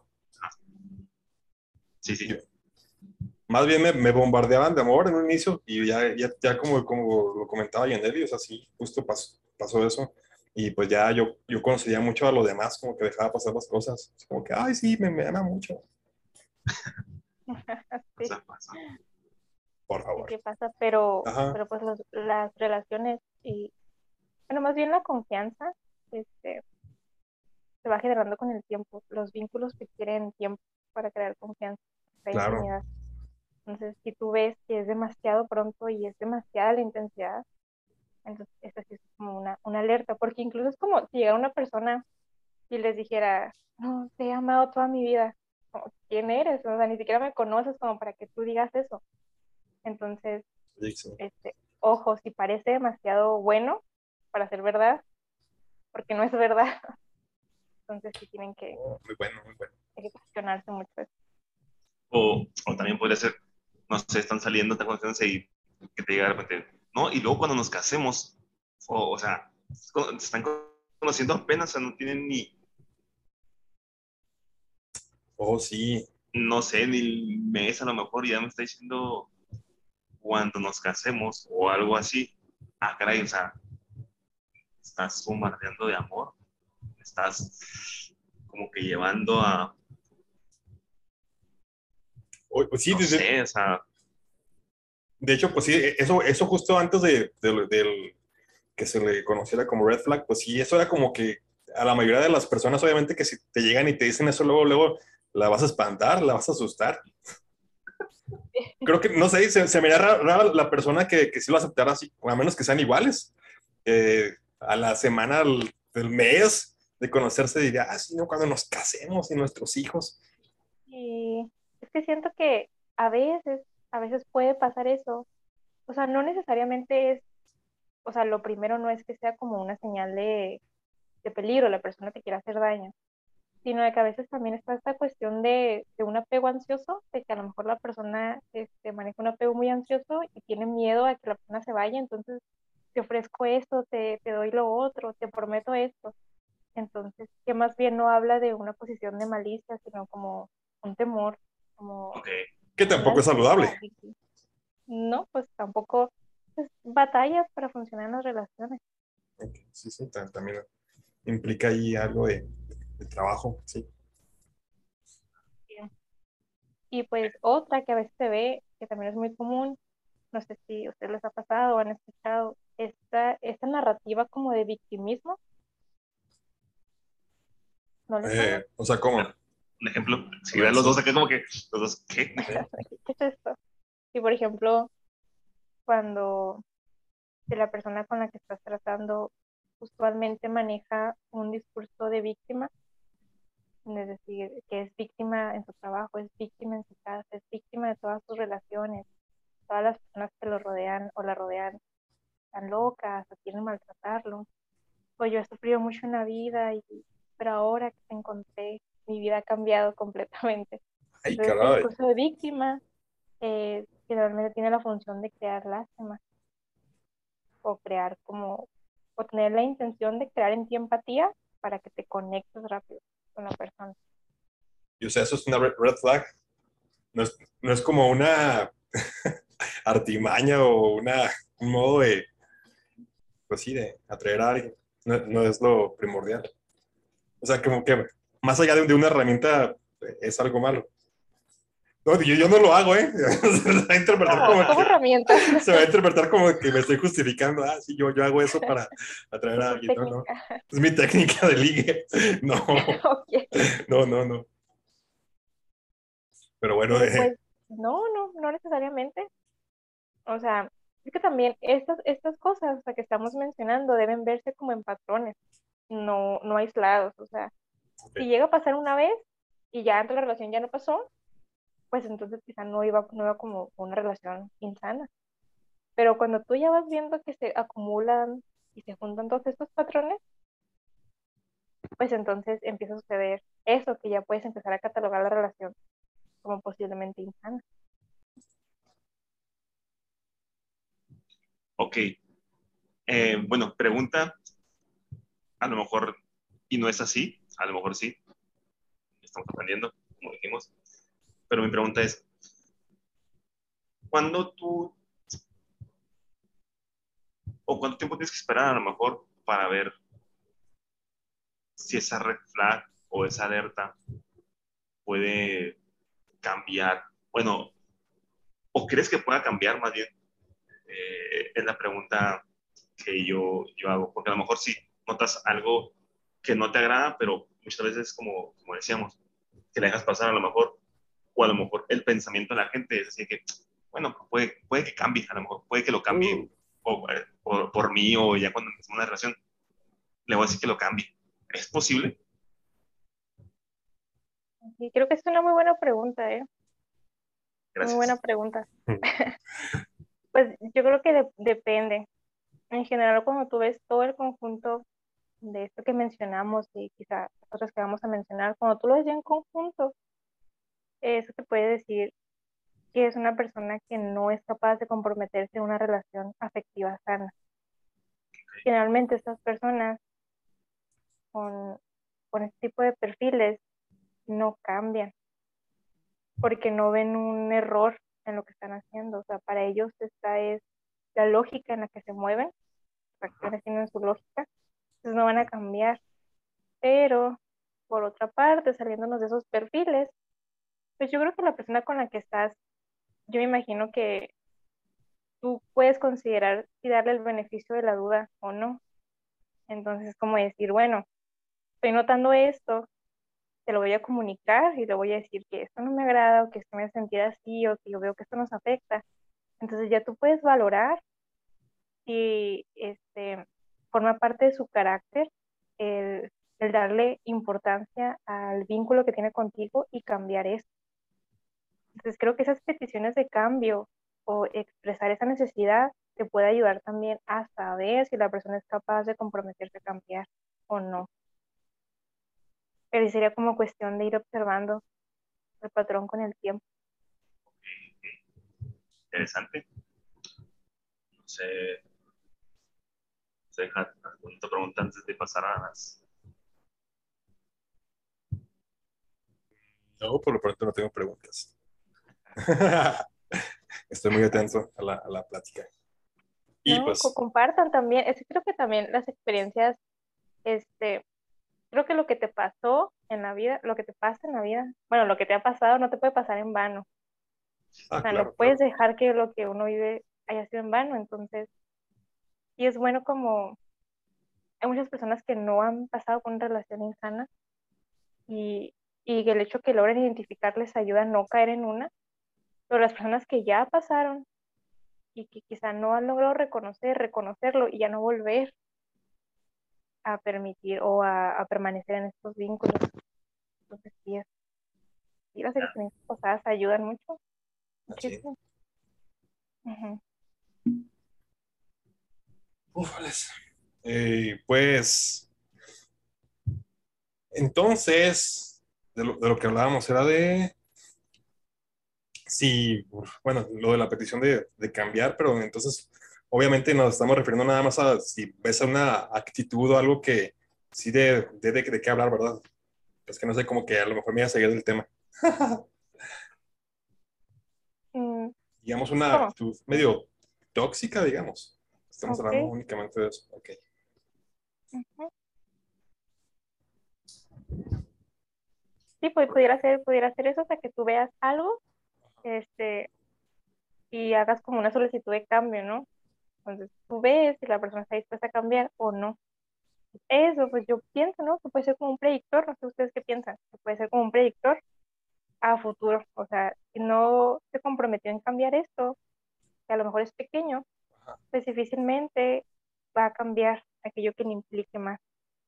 sí, sí. Yo, más bien me, me, bombardeaban de amor en un inicio y ya, ya, ya como, como lo comentaba Yaneli, o sea, sí, justo pasó, pasó eso. Y pues ya yo, yo conocía mucho a los demás, como que dejaba pasar las cosas. Como que, ay, sí, me, me ama mucho. Sí, Pasa, pasa. Por sí, favor. sí pasa, pero, Ajá, pero pues los- las relaciones y, bueno, más bien la confianza, este, se va generando con el tiempo. Los vínculos que quieren tiempo para crear confianza, crear claro. intimidad. Entonces, si tú ves que es demasiado pronto y es demasiada la intensidad, entonces eso sí es como una, una alerta, porque incluso es como si llegara una persona y les dijera, no, te he amado toda mi vida, como, ¿quién eres? O sea, ni siquiera me conoces como para que tú digas eso. Entonces, Sí, sí. este, ojo, si parece demasiado bueno para ser verdad, porque no es verdad, entonces sí tienen que, Oh, muy bueno, muy bueno. hay que cuestionarse mucho eso. O, o también podría ser, no sé, están saliendo, están conociéndose y que te diga de repente, no, y luego cuando nos casemos, o, o sea, se están conociendo apenas, o sea, no tienen ni, Oh, sí. no sé, ni el mes a lo mejor, y ya me está diciendo cuando nos casemos o algo así. Ah, caray, o sea, estás bombardeando de amor, estás como que llevando a, Oh, pues sí, no de, de- sé, o sea, de hecho, pues sí, eso, eso justo antes de, de- del que se le conociera como red flag, pues sí, eso era como que a la mayoría de las personas, obviamente, que si te llegan y te dicen eso luego, luego, la vas a espantar, la vas a asustar. Creo que, no sé, se, se me haría rara la persona que, que sí lo aceptara así, a menos que sean iguales. Eh, a la semana, al- del mes de conocerse, diría, ah, sí, no, cuando nos casemos y nuestros hijos. Y es que siento que a veces, a veces puede pasar eso. O sea, no necesariamente es, o sea, lo primero no es que sea como una señal de, de peligro, la persona te quiere hacer daño, sino de que a veces también está esta cuestión de, de un apego ansioso, de que a lo mejor la persona este, maneja un apego muy ansioso y tiene miedo a que la persona se vaya, entonces te ofrezco esto, te, te doy lo otro, te prometo esto. Entonces, que más bien no habla de una posición de malicia, sino como un temor, como ok, Que una tampoco es defensa. saludable. de que- No, pues tampoco pues, batallas para funcionar en las relaciones. Ok, sí, sí, ta- también implica ahí algo de, de trabajo, sí. Y pues otra que a veces se ve, que también es muy común, no sé si a ustedes les ha pasado o han escuchado, esta, esta narrativa como de victimismo, ¿no les suena? Eh, o sea, ¿cómo? un ejemplo, A si ver, ven los sí. dos acá como que, los dos, ¿qué? Sí. ¿Qué es esto? Y por ejemplo, cuando de la persona con la que estás tratando usualmente maneja un discurso de víctima, es decir, que es víctima en su trabajo, es víctima en su casa, es víctima de todas sus relaciones, todas las personas que lo rodean o la rodean están locas o quieren maltratarlo. O yo he sufrido mucho en la vida, y, pero ahora que te encontré, mi vida ha cambiado completamente. Ay, Entonces, este caray. discurso de víctima eh, generalmente tiene la función de crear lástima o crear como, o tener la intención de crear en ti empatía para que te conectes rápido con la persona. Y o sea, eso es una red, red flag. No es, no es como una artimaña o una, un modo de, pues sí, de atraer a alguien. No, no es lo primordial. O sea, como que más allá de, de una herramienta, es algo malo. No, yo, yo no lo hago, ¿eh? Se va a interpretar Como, como como que, herramienta, se va a interpretar como que me estoy justificando. Ah, sí, yo, yo hago eso para atraer es a su alguien. No, no. técnica. Es mi técnica de ligue. No, Ok. no, no, no. Pero bueno, Eh, eh, pues no, no, no necesariamente. O sea, es que también estas, estas cosas, o sea, que estamos mencionando deben verse como en patrones, no, no aislados. O sea, ok. si llega a pasar una vez y ya entre la relación ya no pasó, pues entonces quizá no iba, no iba como una relación insana. Pero cuando tú ya vas viendo que se acumulan y se juntan todos estos patrones, pues entonces empieza a suceder eso, que ya puedes empezar a catalogar la relación como posiblemente insana. Ok, eh, bueno, pregunta, a lo mejor, y no es así, a lo mejor sí, estamos aprendiendo, como dijimos, pero mi pregunta es, ¿cuándo tú, o cuánto tiempo tienes que esperar a lo mejor para ver si esa red flag o esa alerta puede cambiar, bueno, o crees que pueda cambiar más bien, eh, es la pregunta que yo, yo hago, porque a lo mejor sí notas algo que no te agrada, pero muchas veces, como, como decíamos, que la dejas pasar a lo mejor, o a lo mejor el pensamiento de la gente es así que, bueno, puede, puede que cambie, a lo mejor puede que lo Uh, cambie por, por, por mí, o ya cuando empezamos una relación, le voy a decir que lo cambie. ¿Es posible? Y creo que es una muy buena pregunta, ¿eh? Muy buena Gracias. pregunta. Pues yo creo que de- depende. En general, cuando tú ves todo el conjunto de esto que mencionamos y quizá otras que vamos a mencionar, cuando tú lo ves ya en conjunto, eso te puede decir que es una persona que no es capaz de comprometerse en una relación afectiva sana. Generalmente estas personas con, con este tipo de perfiles no cambian porque no ven un error en lo que están haciendo. O sea, para ellos esta es la lógica en la que se mueven, las acciones tienen su lógica, entonces no van a cambiar. Pero, por otra parte, saliéndonos de esos perfiles, pues yo creo que la persona con la que estás, yo me imagino que tú puedes considerar si darle el beneficio de la duda o no. Entonces, como decir, bueno, estoy notando esto, te lo voy a comunicar y le voy a decir que esto no me agrada o que esto me hace sentir así o que yo veo que esto nos afecta. Entonces ya tú puedes valorar si este, forma parte de su carácter el, el darle importancia al vínculo que tiene contigo y cambiar eso. Entonces creo que esas peticiones de cambio o expresar esa necesidad te puede ayudar también a saber si la persona es capaz de comprometerse a cambiar o no. Pero sí sería como cuestión de ir observando el patrón con el tiempo. Interesante. No sé, se deja alguna otra pregunta antes de pasar a las... no, por lo pronto no tengo preguntas. Estoy muy atento a la, a la plática. Y No, co- pues, compartan también. Es que creo que también las experiencias, este, creo que lo que te pasó en la vida, lo que te pasa en la vida, bueno, lo que te ha pasado no te puede pasar en vano. O ah, sea, no claro, puedes claro. dejar que lo que uno vive haya sido en vano. Entonces, sí es bueno como hay muchas personas que no han pasado por una relación insana y, y el hecho que logren identificar les ayuda a no caer en una, pero las personas que ya pasaron y que quizá no han logrado reconocer, reconocerlo y ya no volver a permitir o a, a permanecer en estos vínculos. Entonces, sí, es- sí, las experiencias pasadas ayudan mucho, Así. muchísimo. Ujú. Ufales. Eh, pues, entonces, de lo, de lo que hablábamos era de, sí, uf, bueno, lo de la petición de, de cambiar, pero entonces, obviamente nos estamos refiriendo nada más a si ves una actitud o algo que sí de, de, de, de qué hablar, ¿verdad? Es que no sé, como que a lo mejor me iba a seguir del tema. Mm, Digamos, una ¿cómo? actitud medio tóxica, digamos. Estamos hablando Ok. únicamente de eso. Ok. Ujú. Sí, pues pudiera ser, pudiera ser eso, hasta que tú veas algo, este, y hagas como una solicitud de cambio, ¿no? Entonces tú ves si la persona está dispuesta a cambiar o no. Eso, pues yo pienso, ¿no? Que puede ser como un predictor, no sé ustedes qué piensan, que puede ser como un predictor a futuro. O sea, si no se comprometió en cambiar esto, que a lo mejor es pequeño, pues difícilmente va a cambiar aquello que le implique más.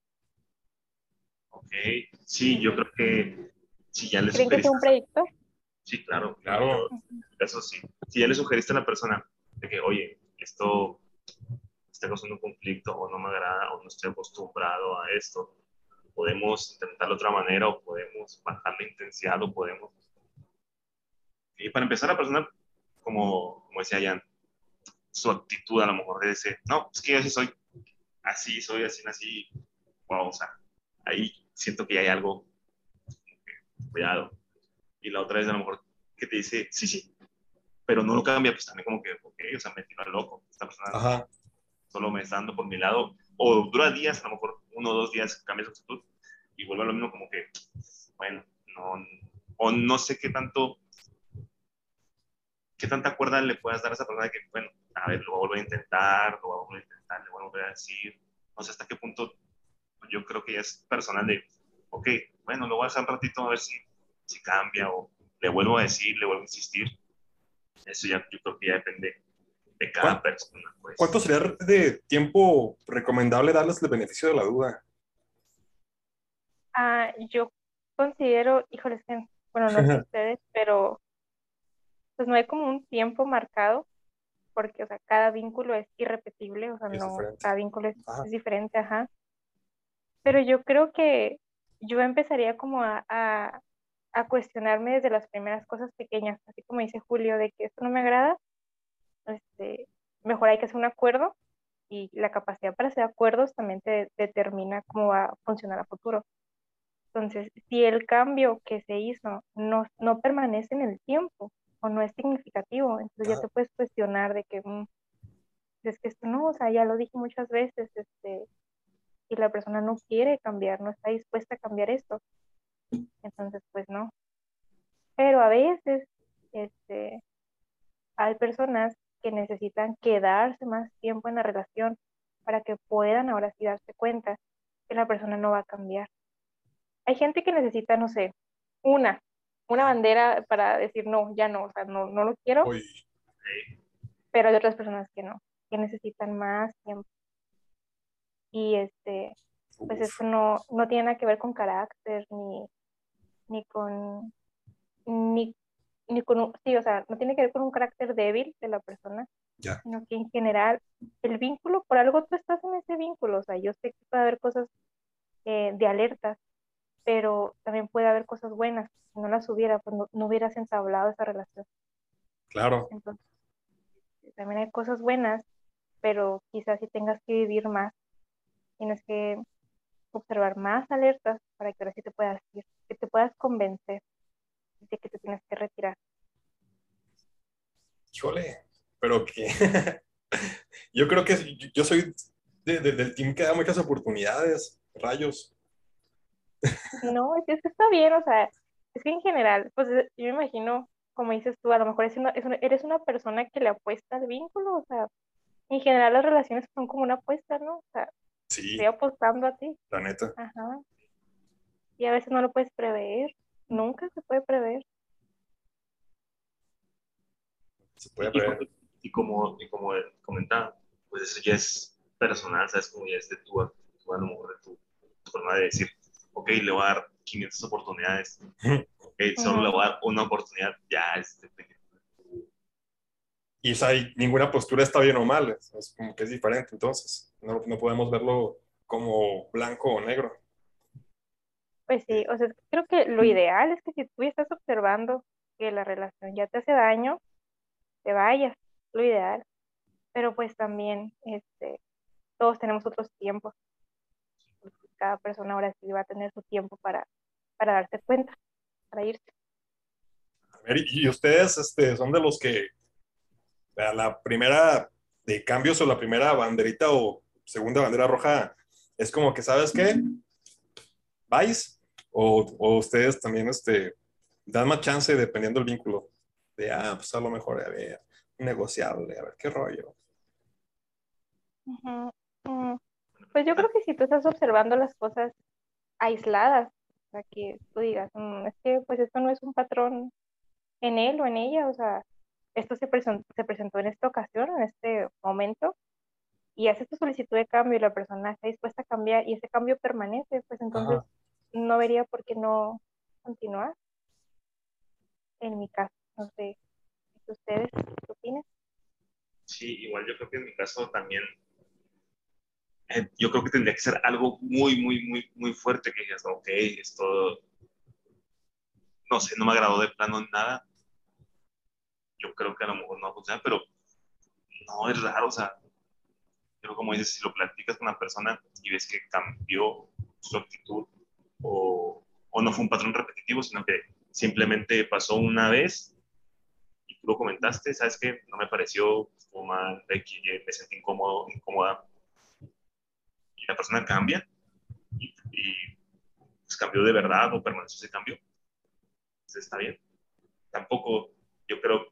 Ok, sí, yo creo que si ya le ¿Creen que es sugeriste, un predictor? sí, claro, claro, Claro. yo, eso sí, si ya le sugeriste a la persona de que, oye, esto está causando un conflicto o no me agrada o no estoy acostumbrado a esto, podemos intentarlo de otra manera o podemos bajar la intensidad o podemos... Y para empezar, la persona, como, como decía Jan, su actitud a lo mejor de decir, no, es que yo así soy, así soy, así nací, wow, o sea, ahí siento que ya hay algo, cuidado. Y la otra es a lo mejor que te dice, sí, sí, pero no lo cambia, pues también como que, ok, o sea, me tiró al loco, esta persona Ajá. solo me está dando por mi lado, o dura días, a lo mejor uno o dos días cambia su actitud y vuelve a lo mismo como que, bueno, no, o no sé qué tanto ¿qué tanta cuerda le puedas dar a esa persona de que, bueno, a ver, lo voy a volver a intentar, lo voy a volver a intentar, le voy a volver a decir? No sé hasta qué punto yo creo que ya es personal de, ok, bueno, lo voy a dejar un ratito a ver si, si cambia o le vuelvo a decir, le vuelvo a insistir. Eso ya yo creo que ya depende de cada ¿Cuán- persona, ¿Cuánto pues. sería de tiempo recomendable darles el beneficio de la duda? Ah, yo considero, híjoles, que, bueno, no sé ustedes, pero pues no hay como un tiempo marcado, porque, o sea, cada vínculo es irrepetible, o sea, Es no, diferente. cada vínculo es, Ajá. es diferente, ajá. Pero yo creo que yo empezaría como a, a, a cuestionarme desde las primeras cosas pequeñas, así como dice Julio, de que esto no me agrada, este, mejor hay que hacer un acuerdo y la capacidad para hacer acuerdos también te determina cómo va a funcionar a futuro. Entonces, si el cambio que se hizo no, no permanece en el tiempo o no es significativo, entonces ya Ajá. te puedes cuestionar de que, mm, es que esto no, o sea, ya lo dije muchas veces, este, y la persona no quiere cambiar, no está dispuesta a cambiar esto, entonces pues no. Pero a veces, este, hay personas que necesitan quedarse más tiempo en la relación para que puedan ahora sí darse cuenta que la persona no va a cambiar. Hay gente que necesita, no sé, una, una bandera para decir no, ya no, o sea, no, no lo quiero, Uy, pero hay otras personas que no, que necesitan más tiempo. Y este, pues uf. esto no, no tiene nada que ver con carácter, ni, ni con, ni, ni con, un- sí, o sea, no tiene que ver con un carácter débil de la persona, Ya, sino que en general el vínculo, por algo tú estás en ese vínculo, o sea, yo sé que puede haber cosas eh, de alerta, pero también puede haber cosas buenas. Si no las hubiera, pues no, no hubieras entablado esa relación. claro. Entonces, también hay cosas buenas, pero quizás si tengas que vivir más, tienes que observar más alertas para que ahora sí te puedas ir, que te puedas convencer de que te tienes que retirar. Híjole, pero que yo creo que yo yo soy de- de- del team que da muchas oportunidades, rayos. No, es, es que está bien, o sea, es que en general, pues eh, yo me imagino, como dices tú, a lo mejor es una, es una- eres una persona que le apuesta al vínculo, o sea, en general las relaciones son como una apuesta, ¿no? O sea, estoy Sí, apostando a ti. la neta, Ajá. Y a veces no lo puedes prever, nunca se puede prever. se puede Y, y, ver. y como, y como comentaba, pues eso ya es personal, ¿sabes? Como ya es de tu, tu, a lo mejor de tu, tu forma de decir, ok, le voy a dar quinientas oportunidades, ok, solo le Ujú. voy a dar una oportunidad, ya es dependiendo. Y o sea, y ninguna postura está bien o mal, es, es como que es diferente, entonces no, no podemos verlo como blanco o negro. Pues sí, Eh, o sea, creo que lo ideal es que si tú estás observando que la relación ya te hace daño, te vayas, lo ideal. Pero pues también, este, todos tenemos otros tiempos. Cada persona ahora sí va a tener su tiempo para, para darse cuenta, para irse. a ver, y, y ustedes este, son de los que a la primera de cambios o la primera banderita o segunda bandera roja es como que, ¿sabes qué? ¿Vais? O, o ustedes también este, dan más chance dependiendo del vínculo. De, ah, pues a lo mejor, a ver, negociable, a ver qué rollo. Ujú. Mm, Pues yo Ah, creo que si tú estás observando las cosas aisladas, o sea, que tú digas, "Mm, es que pues esto no es un patrón en él o en ella, o sea, esto se presentó, se presentó en esta ocasión, en este momento, y haces tu solicitud de cambio y la persona está dispuesta a cambiar y ese cambio permanece, pues entonces Ajá. no vería por qué no continuar. En mi caso, no sé, ¿ustedes qué opinan? sí, igual yo creo que en mi caso también, eh, yo creo que tendría que ser algo muy, muy, muy, muy fuerte que digas, ok, esto, no sé, no me agradó de plano nada. Yo creo que a lo mejor no va a funcionar, pero no es raro, o sea, pero como dices, si lo platicas con una persona y ves que cambió su actitud o, o no fue un patrón repetitivo, sino que simplemente pasó una vez y tú lo comentaste, ¿sabes qué? No me pareció, estuvo mal, X, Y, me sentí incómodo, incómoda, y la persona cambia y, y pues, cambió de verdad o permaneció ese cambio, entonces está bien. Tampoco, yo creo,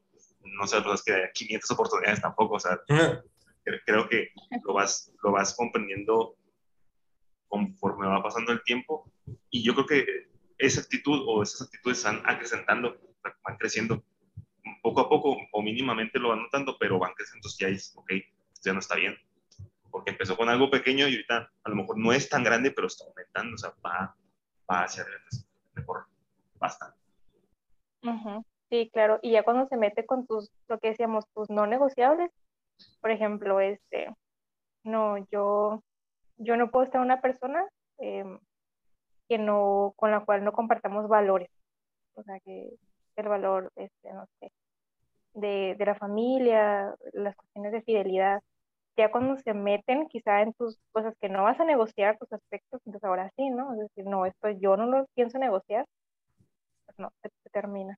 no sé, pues es que quinientas oportunidades tampoco, o sea, Ajá. cre- creo que lo vas, lo vas comprendiendo conforme va pasando el tiempo y yo creo que esa actitud o esas actitudes van acrecentando, van creciendo poco a poco o mínimamente lo van notando, pero van creciendo, entonces ya es, ok, esto ya no está bien, porque empezó con algo pequeño y ahorita a lo mejor no es tan grande, pero está aumentando, o sea, va, va hacia arriba, entonces mejor basta. Ujú. Sí, claro. Y ya cuando se mete con tus, lo que decíamos, tus no negociables, por ejemplo, este, no, yo, yo no puedo estar una persona em, que no, con la cual no compartamos valores. O sea, que el valor, este, no sé, de, de la familia, las cuestiones de fidelidad. Ya cuando se meten quizá en tus cosas que no vas a negociar, tus aspectos, entonces ahora sí, ¿no? Es decir, no, esto yo no lo pienso negociar, pues no, se, se termina.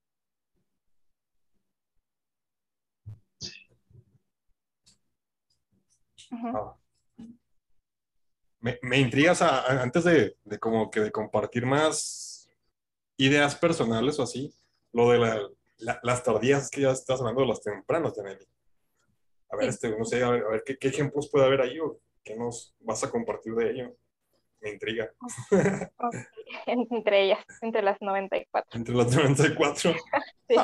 Ujú. Ah. Me, me intrigas a- a- antes de, de como que de compartir más ideas personales o así, lo de la, la- las tardías que ya estás hablando de las tempranas, Janely. A ver, Sí, este, no sé, a ver, a ver, ¿qué, qué ejemplos puede haber ahí o qué nos vas a compartir de ello? Me intriga. ok. Entre ellas, entre las noventa y cuatro. Entre las noventa y cuatro. Sí.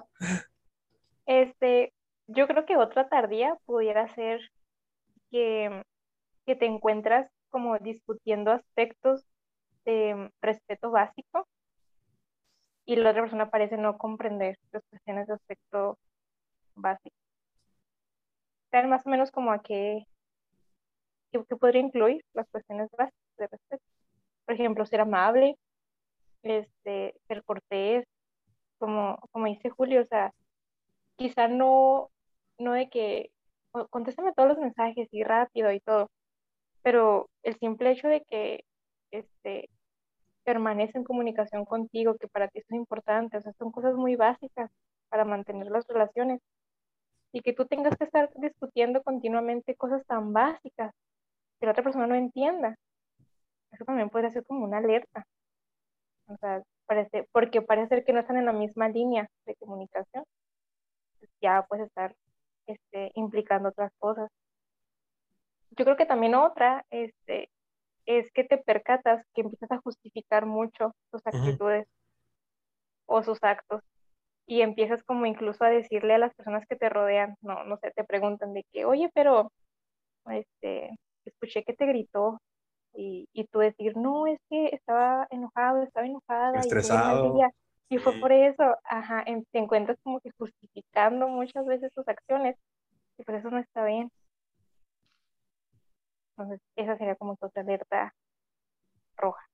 Este, yo creo que otra tardía pudiera ser que, que te encuentras como discutiendo aspectos de respeto básico y la otra persona parece no comprender las cuestiones de aspecto básico. Saben más o menos como a qué, qué, qué podría incluir las cuestiones básicas de respeto. Por ejemplo, ser amable, este, ser cortés, como, como dice Julio, o sea, quizá no, no de que "Oh, contéstame todos los mensajes y rápido y todo", pero el simple hecho de que este, permanece en comunicación contigo, que para ti eso es importante, o sea, son cosas muy básicas para mantener las relaciones y que tú tengas que estar discutiendo continuamente cosas tan básicas que la otra persona no entienda, eso también puede ser como una alerta, o sea, parece, porque parece ser que no están en la misma línea de comunicación, pues ya puedes estar este, implicando otras cosas. Yo creo que también otra este, es que te percatas que empiezas a justificar mucho tus Ujú. actitudes o sus actos y empiezas como incluso a decirle a las personas que te rodean, no, no sé, te preguntan de que, oye, pero este, escuché que te gritó y, y tú decir, no, es que estaba enojado, estaba enojada y tuve un mal Estresado. día y fue Mm. por eso, ajá, en- te encuentras como que justificando muchas veces tus acciones y pues eso no está bien. Entonces, esa sería como tu otra alerta roja,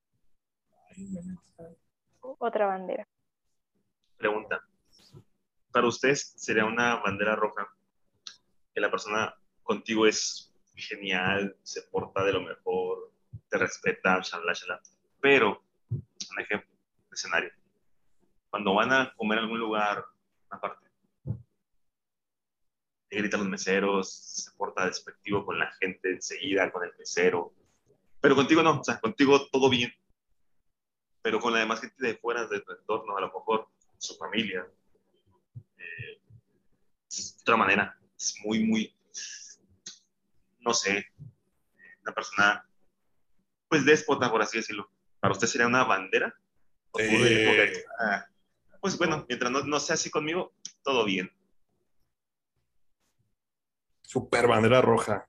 otra bandera. Pregunta, para ustedes sería una bandera roja que la persona contigo es genial, se porta de lo mejor, te respeta, shalala, shalala. Pero, un ejemplo, escenario, cuando van a comer en algún lugar, una parte, le grita a los meseros, se porta despectivo con la gente enseguida, con el mesero, pero contigo no, o sea, contigo todo bien, pero con la demás gente de fuera de tu entorno, a lo mejor su familia, eh, es de otra manera, es muy, muy, no sé, una persona, pues déspota, por así decirlo. ¿Para usted sería una bandera? ¿O tú dirías como que, Eh, ah, pues bueno, mientras no, no sea así conmigo, todo bien? super bandera roja.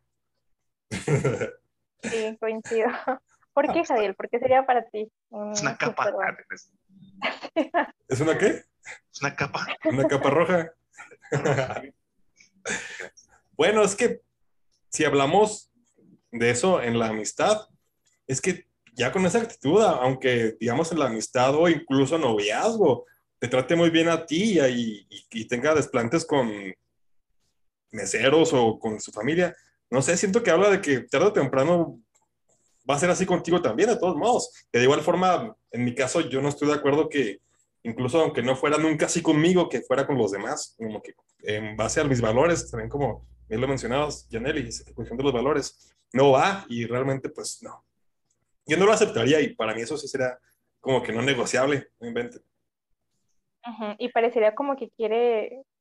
Sí, coincido. ¿Por qué, Javier? ¿Por qué sería para ti Es una una capa, super ah, banda? es ¿Es una qué? es una capa. ¿Una capa roja? Ah, no, Bueno, es que si hablamos de eso en la amistad, es que ya con esa actitud, aunque digamos en la amistad o incluso noviazgo, te trate muy bien a ti y, y, y tenga desplantes con meseros o con su familia, no sé, siento que habla de que tarde o temprano va a ser así contigo también, de todos modos. Que de igual forma, en mi caso, yo no estoy de acuerdo que, incluso aunque no fuera nunca así conmigo, que fuera con los demás, como que en base a mis valores, también como bien lo mencionabas, Janely, esa cuestión de los valores, no va y realmente, pues no. Yo no lo aceptaría y para mí eso sí será como que no negociable, no invente. Ujú. Y parecería como que quiere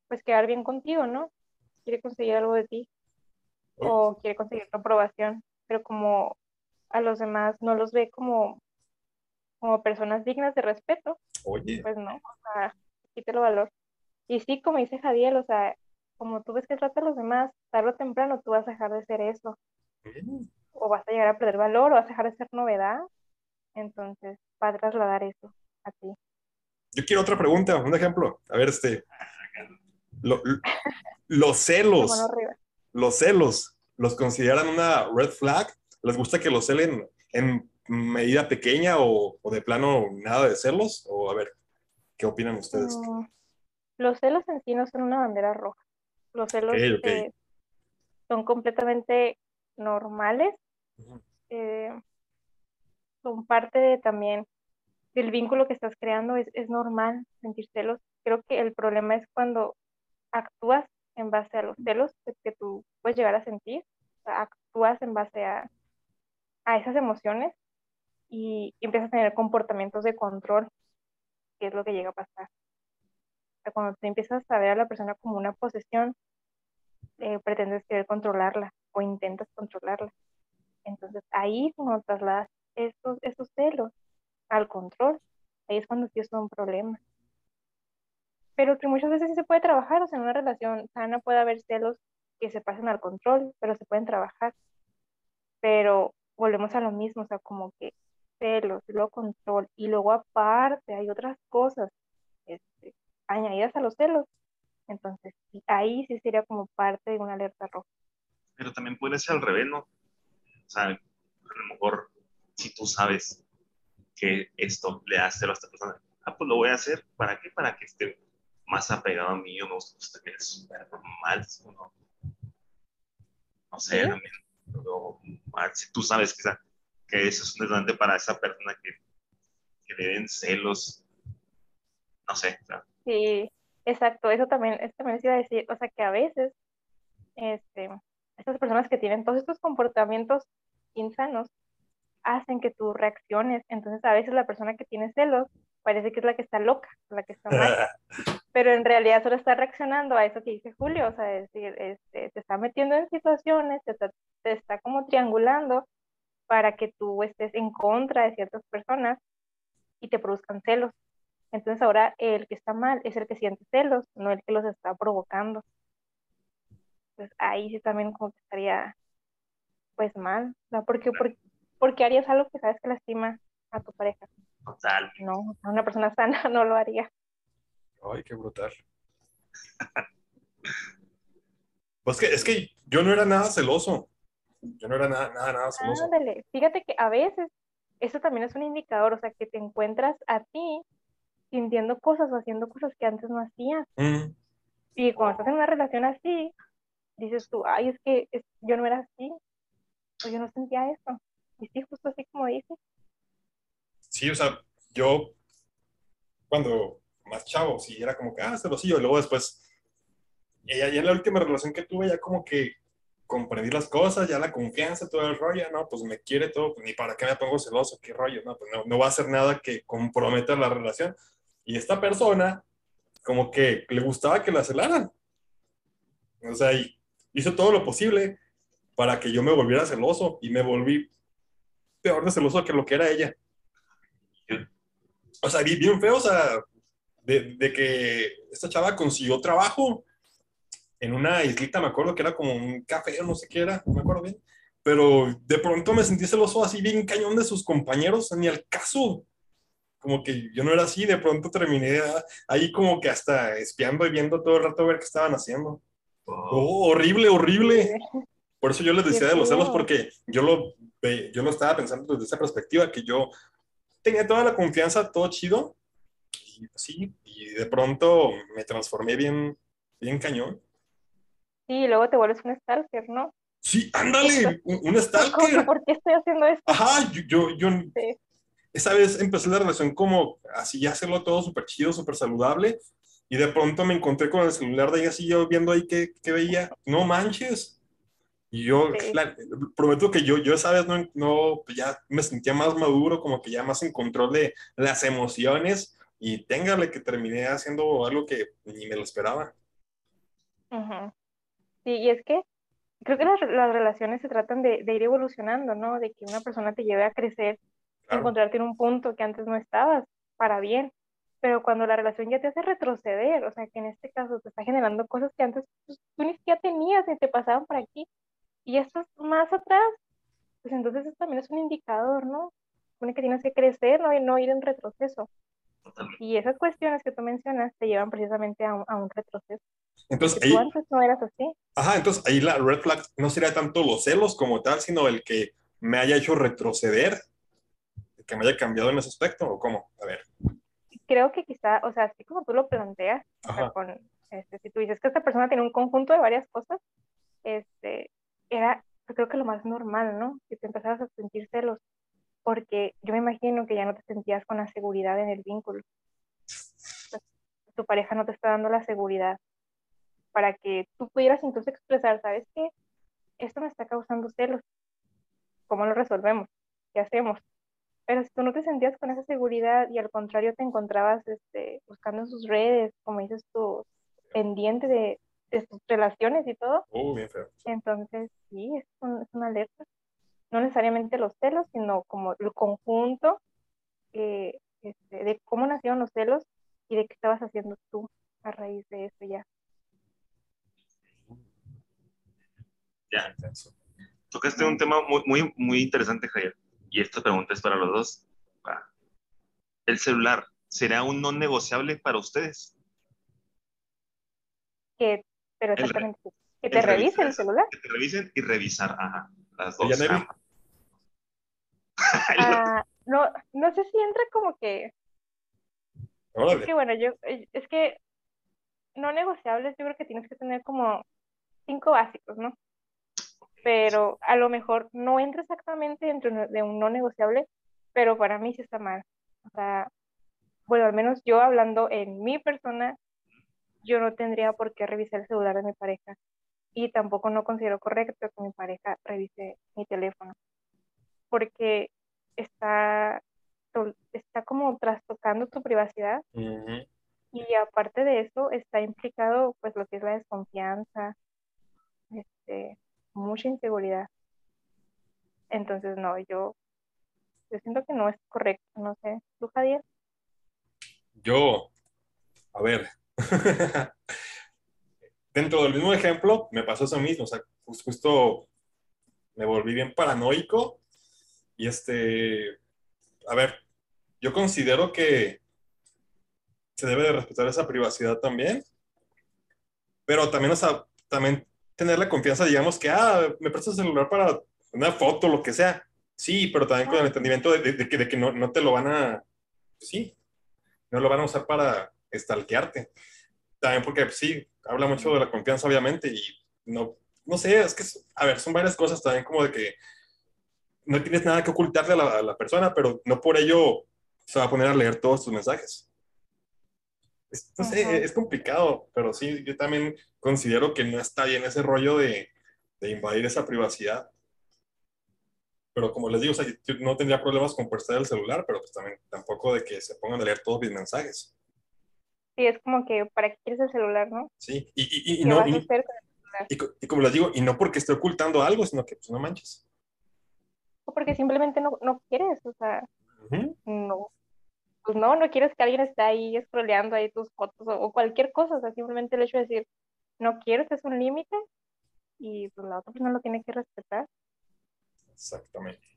pues quedar bien contigo, ¿no? Quiere conseguir algo de ti o quiere conseguir tu aprobación, pero como a los demás no los ve como, como personas dignas de respeto, Oye, pues no, o sea, quítelo valor. Y sí, como dice Jadiel, o sea, como tú ves que trata a los demás, tarde o temprano tú vas a dejar de ser eso, mm, o vas a llegar a perder valor, o vas a dejar de ser novedad, entonces va a trasladar eso a ti. yo quiero otra pregunta, un ejemplo. A ver, este, lo- lo- los La mano celos, arriba. los celos, ¿los consideran una red flag? ¿Les gusta que los celen en medida pequeña o, o de plano nada de celos? O a ver, ¿qué opinan ustedes? Mm, los celos en sí no son una bandera roja. Los Ok, celos ok. eh, son completamente normales, Ujú. eh, son parte de, también del vínculo que estás creando. Es, es normal sentir celos. Creo que el problema es cuando actúas en base a los celos que, que tú puedes llegar a sentir, o sea, actúas en base a, a esas emociones y, y empiezas a tener comportamientos de control, que es lo que llega a pasar. O sea, cuando tú empiezas a ver a la persona como una posesión, eh, pretendes querer controlarla o intentas controlarla. Entonces ahí cuando trasladas esos, esos celos al control, ahí es cuando sí es un problema. Pero que muchas veces sí se puede trabajar, o sea, en una relación sana puede haber celos que se pasen al control, pero se pueden trabajar. Pero volvemos a lo mismo, o sea, como que celos, y luego control, y luego aparte hay otras cosas este, añadidas a los celos. Entonces, sí, ahí sí sería como parte de una alerta roja. Pero también puede ser al revés, ¿no? O sea, a lo mejor si tú sabes que esto le hace a esta persona, ah, pues lo voy a hacer. ¿Para qué? Para que esté más apegado a mí o no, pues también es súper normal, ¿no? No sé, Sí, también, pero, ah, si tú sabes que, esa- que eso es un detonante para esa persona que, que le den celos, no sé, o sea, sí, exacto, eso también, eso también les iba a decir, o sea, que a veces, este, estas personas que tienen todos estos comportamientos insanos hacen que tú reacciones, entonces a veces la persona que tiene celos parece que es la que está loca, la que está mal, pero en realidad solo está reaccionando a eso que dice Julio, o sea, es decir, este, te está metiendo en situaciones, te está, te está como triangulando para que tú estés en contra de ciertas personas y te produzcan celos. Entonces ahora el que está mal es el que siente celos, no el que los está provocando. Entonces ahí sí también como que estaría pues mal. O sea, ¿por qué, por, por qué harías algo que sabes que lastima a tu pareja? total. No, una persona sana no lo haría. Ay, qué brutal. Pues que, es que yo no era nada celoso. Yo no era nada, nada, nada celoso. Ándale, fíjate que a veces eso también es un indicador, o sea, que te encuentras a ti sintiendo cosas o haciendo cosas que antes no hacías. Mm, Y cuando estás en una relación así, dices tú, ay, es que es- yo no era así, o yo no sentía eso. Y sí, justo así como dices. sí, o sea, yo cuando más chavo, sí, era como que, ah, celosillo. Y luego después, ya, ya en la última relación que tuve, ya como que comprendí las cosas, ya la confianza, todo el rollo, no, pues me quiere todo, pues ni para qué me pongo celoso, qué rollo, no, pues no, no va a hacer nada que comprometa la relación. Y esta persona, como que le gustaba que la celaran, o sea, y hizo todo lo posible para que yo me volviera celoso y me volví peor de celoso que lo que era ella. Yo- O sea, bien, bien feo, o sea, de, de que esta chava consiguió trabajo en una islita, me acuerdo que era como un café o no sé qué era, no me acuerdo bien, pero de pronto me sentí celoso así bien cañón de sus compañeros, ni al caso, como que yo no era así, de pronto terminé ahí como que hasta espiando y viendo todo el rato a ver qué estaban haciendo. oh, Oh, horrible, horrible. Sí, Por eso yo les qué decía de los celos, feo. porque yo lo, ve- yo lo estaba pensando desde esa perspectiva, que yo tenía toda la confianza, todo chido, y pues sí, y de pronto me transformé bien, bien cañón. Sí, y luego te vuelves un stalker, ¿no? Sí, Estás ándale, un, un como que, stalker. ¿por qué estoy haciendo esto? Ajá, yo, yo, yo Sí, esa vez empecé la relación como así, ya hacerlo todo súper chido, súper saludable, y de pronto me encontré con el celular de ella así, yo viendo ahí qué, qué veía, no manches. Y yo, sí, claro, prometo que yo, yo esa vez no, no, pues ya me sentía más maduro, como que ya más en control de las emociones, y téngale que terminé haciendo algo que ni me lo esperaba. Ujú. Sí, y es que creo que las, las relaciones se tratan de, de ir evolucionando, ¿no? De que una persona te lleve a crecer, Claro. encontrarte en un punto que antes no estabas, para bien. Pero cuando la relación ya te hace retroceder, o sea, que en este caso te está generando cosas que antes pues, tú ni siquiera tenías ni te pasaban por aquí, y ya estás más atrás, pues entonces eso también es un indicador, ¿no? Supone que tienes que crecer, ¿no? Y no ir en retroceso. Totalmente. Y esas cuestiones que tú mencionas te llevan precisamente a un, a un retroceso, Entonces porque tú ahí, antes no eras así. ajá, entonces ahí la red flag no sería tanto los celos como tal, sino el que me haya hecho retroceder, el que me haya cambiado en ese aspecto, ¿o cómo? A ver. Creo que quizá, o sea, así como tú lo planteas, o sea, Ajá. con, este, si tú dices que esta persona tiene un conjunto de varias cosas, este, era, yo creo que lo más normal, ¿no? Que te empezabas a sentir celos, porque yo me imagino que ya no te sentías con la seguridad en el vínculo. Pues, tu pareja no te está dando la seguridad para que tú pudieras incluso expresar, ¿sabes qué? Esto me está causando celos, ¿cómo lo resolvemos? ¿Qué hacemos? Pero si tú no te sentías con esa seguridad y al contrario te encontrabas este, buscando en sus redes, como dices tú, pendiente de, de sus relaciones y todo, Uh, bien feo. entonces sí, es, un- es una alerta. No necesariamente los celos, sino como el conjunto eh, este, de cómo nacieron los celos y de qué estabas haciendo tú a raíz de eso ya. Ya. Intenso. Tocaste un Ujú. tema muy, muy, muy interesante, Javier. Y esta pregunta es para los dos. Ah, ¿el celular será un no negociable para ustedes? Que, pero El, re- exactamente, que te el revise revisar el eso, celular. que te revisen y revisar, ajá, las ¿Y ya, dos, Nevi? ambas. Ah, no, no sé si entra como que, es Órale. que bueno, yo, eh, es que no negociables, yo creo que tienes que tener como cinco básicos, ¿no? Pero a lo mejor no entra exactamente dentro no- de un no negociable, pero para mí sí está mal. O sea, bueno, al menos yo hablando en mi persona, yo no tendría por qué revisar el celular de mi pareja y tampoco no considero correcto que mi pareja revise mi teléfono, porque está, to- está como trastocando tu privacidad Ujú. y aparte de eso está implicado pues lo que es la desconfianza, este, mucha inseguridad. Entonces, no, yo, yo siento que no es correcto, no sé. ¿Tú, Javier? Yo, a ver. Dentro del mismo ejemplo, me pasó eso mismo. O sea, jus- justo me volví bien paranoico. Y este, a ver, yo considero que se debe de respetar esa privacidad también, pero también, o sea, también tener la confianza, digamos que, ah, me prestas el celular para una foto, lo que sea. Sí, pero también con el Ah, sí. entendimiento de, de- de que, de que no, no te lo van a, sí, no lo van a usar para stalkearte. También porque, pues, sí, habla mucho de la confianza, obviamente, y no, no sé, es que, es- a ver, son varias cosas también como de que no tienes nada que ocultarle a la, a la persona, pero no por ello se va a poner a leer todos tus mensajes. Es, no sé, Ujú. es complicado, pero sí, yo también considero que no está bien ese rollo de, de invadir esa privacidad. Pero como les digo, o sea, yo no tendría problemas con prestar el celular, pero pues también tampoco de que se pongan a leer todos mis mensajes. Sí, es como que, ¿para qué quieres el celular, no? Sí, y, y, y ¿Qué no, vas a y, hacer con el celular? y, y como les digo, y no porque esté ocultando algo, sino que pues no manches. O porque simplemente no, no quieres, o sea, Ujú. no, pues no, no quieres que alguien esté ahí scrolleando ahí tus fotos o, o cualquier cosa, o sea, simplemente el hecho de decir, no quieres es un límite y pues la otra persona lo tiene que respetar. Exactamente.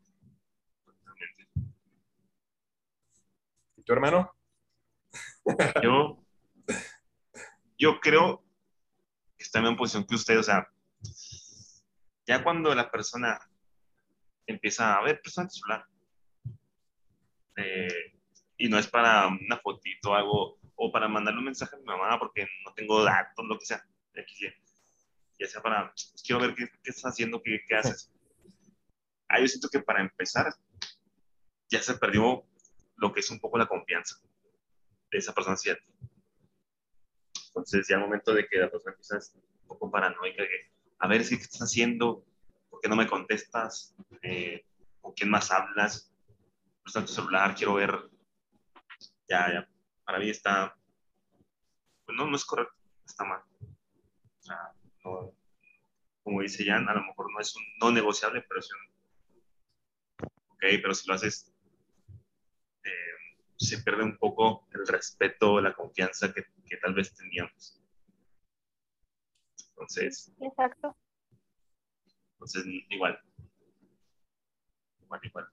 ¿Y tu hermano? Yo, yo creo que está en la misma posición que usted, o sea, ya cuando la persona empieza a ver, persona celular, eh, y no es para una fotito o algo, o para mandarle un mensaje a mi mamá porque no tengo datos, lo que sea, X Y, ya sea para, pues, quiero ver qué, qué estás haciendo, qué, qué haces. Ah, yo siento que para empezar ya se perdió lo que es un poco la confianza de esa persona hacia ti. Entonces ya al momento de que la persona empieza a ser un poco paranoica, que, a ver si qué estás haciendo, por qué no me contestas, eh, con quién más hablas, no está en tu celular, quiero ver, ya, ya, para mí está, pues no, no es correcto, está mal. O sea, no, como dice Jan, a lo mejor no es un no negociable, pero es un, ok, pero si lo haces, eh, se pierde un poco el respeto, la confianza que, que tal vez teníamos. Entonces, Exacto. entonces igual, igual, igual.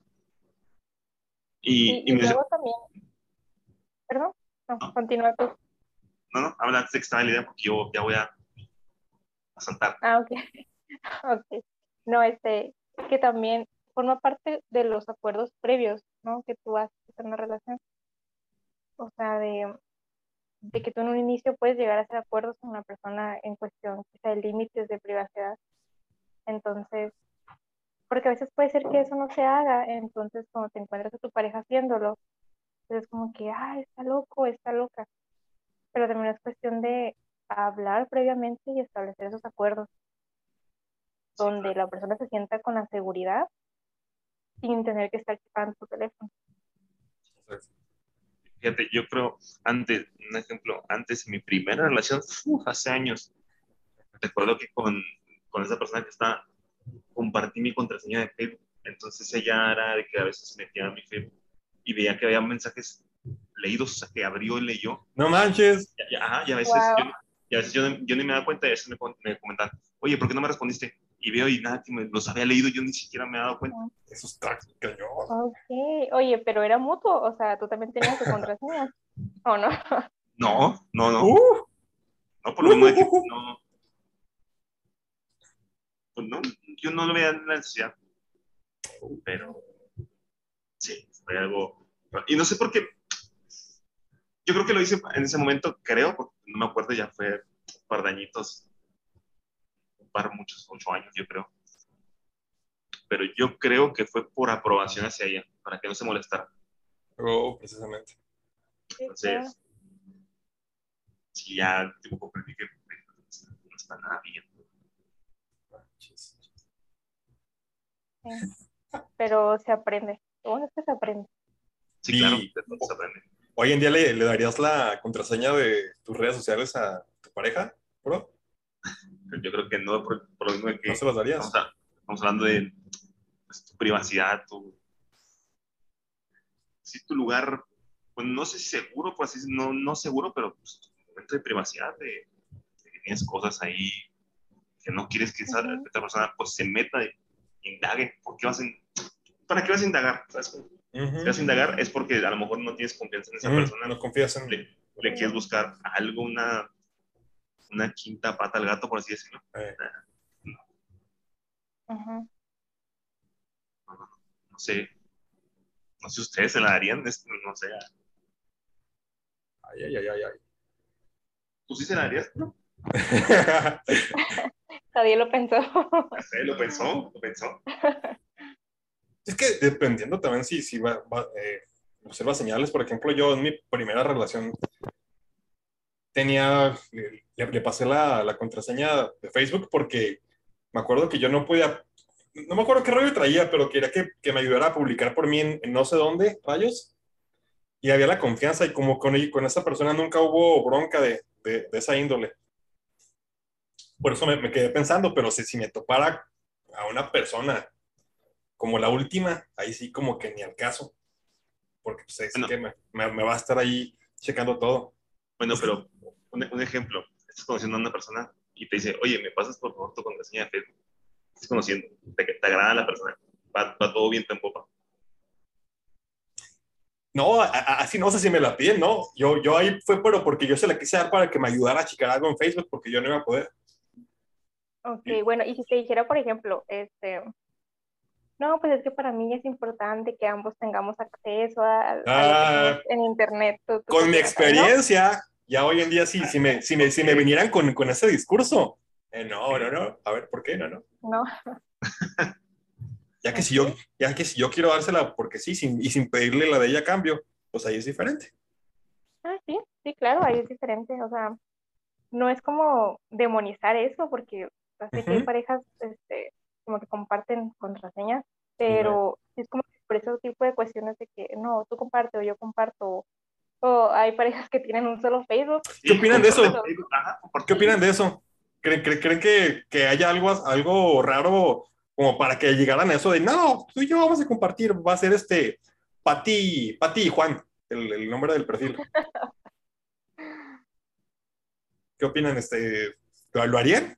Sí, Y, y y me dice, luego también, perdón, no, no, continúa tú. no, no, habla antes de que estaba la idea porque yo ya voy a, a saltar. Ah, ok, ok. No, este, que también forma parte de los acuerdos previos, ¿no? Que tú haces en una relación. O sea, de, de que tú en un inicio puedes llegar a hacer acuerdos con una persona en cuestión, quizá de límites de privacidad. Entonces, porque a veces puede ser que eso no se haga, entonces cuando te encuentras a tu pareja haciéndolo, entonces como que, ah, está loco, está loca. Pero también es cuestión de hablar previamente y establecer esos acuerdos Sí, donde claro. la persona se sienta con la seguridad sin tener que estar checando su teléfono. Fíjate, yo creo, antes, un ejemplo, antes en mi primera relación, uf, hace años, recuerdo que con, con esa persona que está, compartí mi contraseña de Facebook. Entonces ella era de que a veces se metía a mi Facebook y veía que había mensajes leídos, o sea, que abrió y leyó. No manches. Y, y- ajá, y a veces yo, Wow, y a veces yo, yo ni me daba cuenta, y a veces me, com- me comentaban, oye, ¿por qué no me respondiste? Y veo y nada, que me los había leído, yo ni siquiera me he dado cuenta. Eso está cañón. ok. Oye, pero era mutuo, o sea, tú también tenías tu contraseña, ¿o no? No, no, no, Uh, no, por lo uh, mismo de uh, que uh, uh. no, pues no, yo no le veía la necesidad, pero sí, fue algo, y no sé por qué, yo creo que lo hice en ese momento, creo, porque no me acuerdo, ya fue un par de añitos, un par, muchos, ocho años, yo creo. Pero yo creo que fue por aprobación hacia ella, para que no se molestara. Oh, precisamente. Sí, claro. Entonces, sí, ya tipo, comprendí que no está nada bien. Manches. Sí. Pero se aprende. Lo bueno es que se aprende. Sí, claro, Y de todo se aprende. hoy en día le, le darías la contraseña de tus redes sociales a tu pareja, bro. Pero yo creo que no, por, por lo mismo de ¿No que se las estamos, darías? a- estamos hablando de pues, tu privacidad, tu, sí, tu lugar, pues no sé si seguro, pues así, no, no seguro, pero pues, tu momento de privacidad, de, de que tienes cosas ahí que no quieres que esa, Ujú, esta persona pues se meta y indague. ¿Por qué vas a, ¿Para qué vas a indagar? ¿Sabes? Si Ujú, vas a indagar es porque a lo mejor no tienes confianza en esa ujú. persona, No confías en... le, le sí. quieres buscar algo, una, una quinta pata al gato, por así decirlo. Eh, No, Ujú. no, no, no sé, no sé si ustedes se la darían, es- no sé, ay, ay, ay, ay, ¿tú sí se la darías? No, ay. Nadie lo pensó. no sé, lo pensó, lo pensó. Es que dependiendo también si, si va, va, eh, observa señales, por ejemplo, yo en mi primera relación tenía, le, le pasé la, la contraseña de Facebook porque me acuerdo que yo no podía, no me acuerdo qué rollo traía, pero quería que, que me ayudara a publicar por mí en, en no sé dónde, rayos, y había la confianza y como con, con esa persona nunca hubo bronca de, de, de esa índole. Por eso me, me quedé pensando, pero si, si me topara a una persona como la última, ahí sí como que ni al caso, porque pues, sé Bueno, que me, me, me va a estar ahí checando todo. bueno, Es que, pero un, un ejemplo, estás conociendo a una persona y te dice, oye, ¿me pasas por favor tu contraseña de Facebook? Estás conociendo, te, te agrada la persona, va, va todo bien, te empopa. no, a, a, así no sé si me la piden, no. Yo, yo ahí fue, pero porque yo se la quise dar para que me ayudara a checar algo en Facebook, porque yo no iba a poder. Ok, Y, bueno, y si te dijera, por ejemplo, este, no, pues es que para mí es importante que ambos tengamos acceso a, a lo que hacemos Ah, en internet, ¿tú, tú qué con mi opinas? Ahí no, experiencia, ya hoy en día sí, si me, si me, si me ok, vinieran con, con ese discurso, eh, no, no, ok. no, a ver, ¿por qué? No, no. no, Ya que si yo, ok. ya que si yo quiero dársela porque sí, sin, y sin pedirle la de ella a cambio, pues ahí es diferente. Ah, sí, sí, claro, ahí es diferente, o sea, no es como demonizar eso, porque sé que hay Ujú. parejas, este, como que comparten contraseñas, Eh, pero sí es como que por ese tipo de cuestiones de que, no, tú comparte o yo comparto, o hay parejas que tienen un solo Facebook, ¿Qué Sí, opinan de comparte eso? pero Facebook, ajá, ¿Qué comparte opinan Facebook. de eso? ¿Creen, creen, creen que, que haya algo, algo raro como para que llegaran a eso de, no, tú y yo vamos a compartir, va a ser este, Pati, Pati y Juan, el, el nombre del perfil? ¿Qué opinan? Este, ¿lo, lo harían?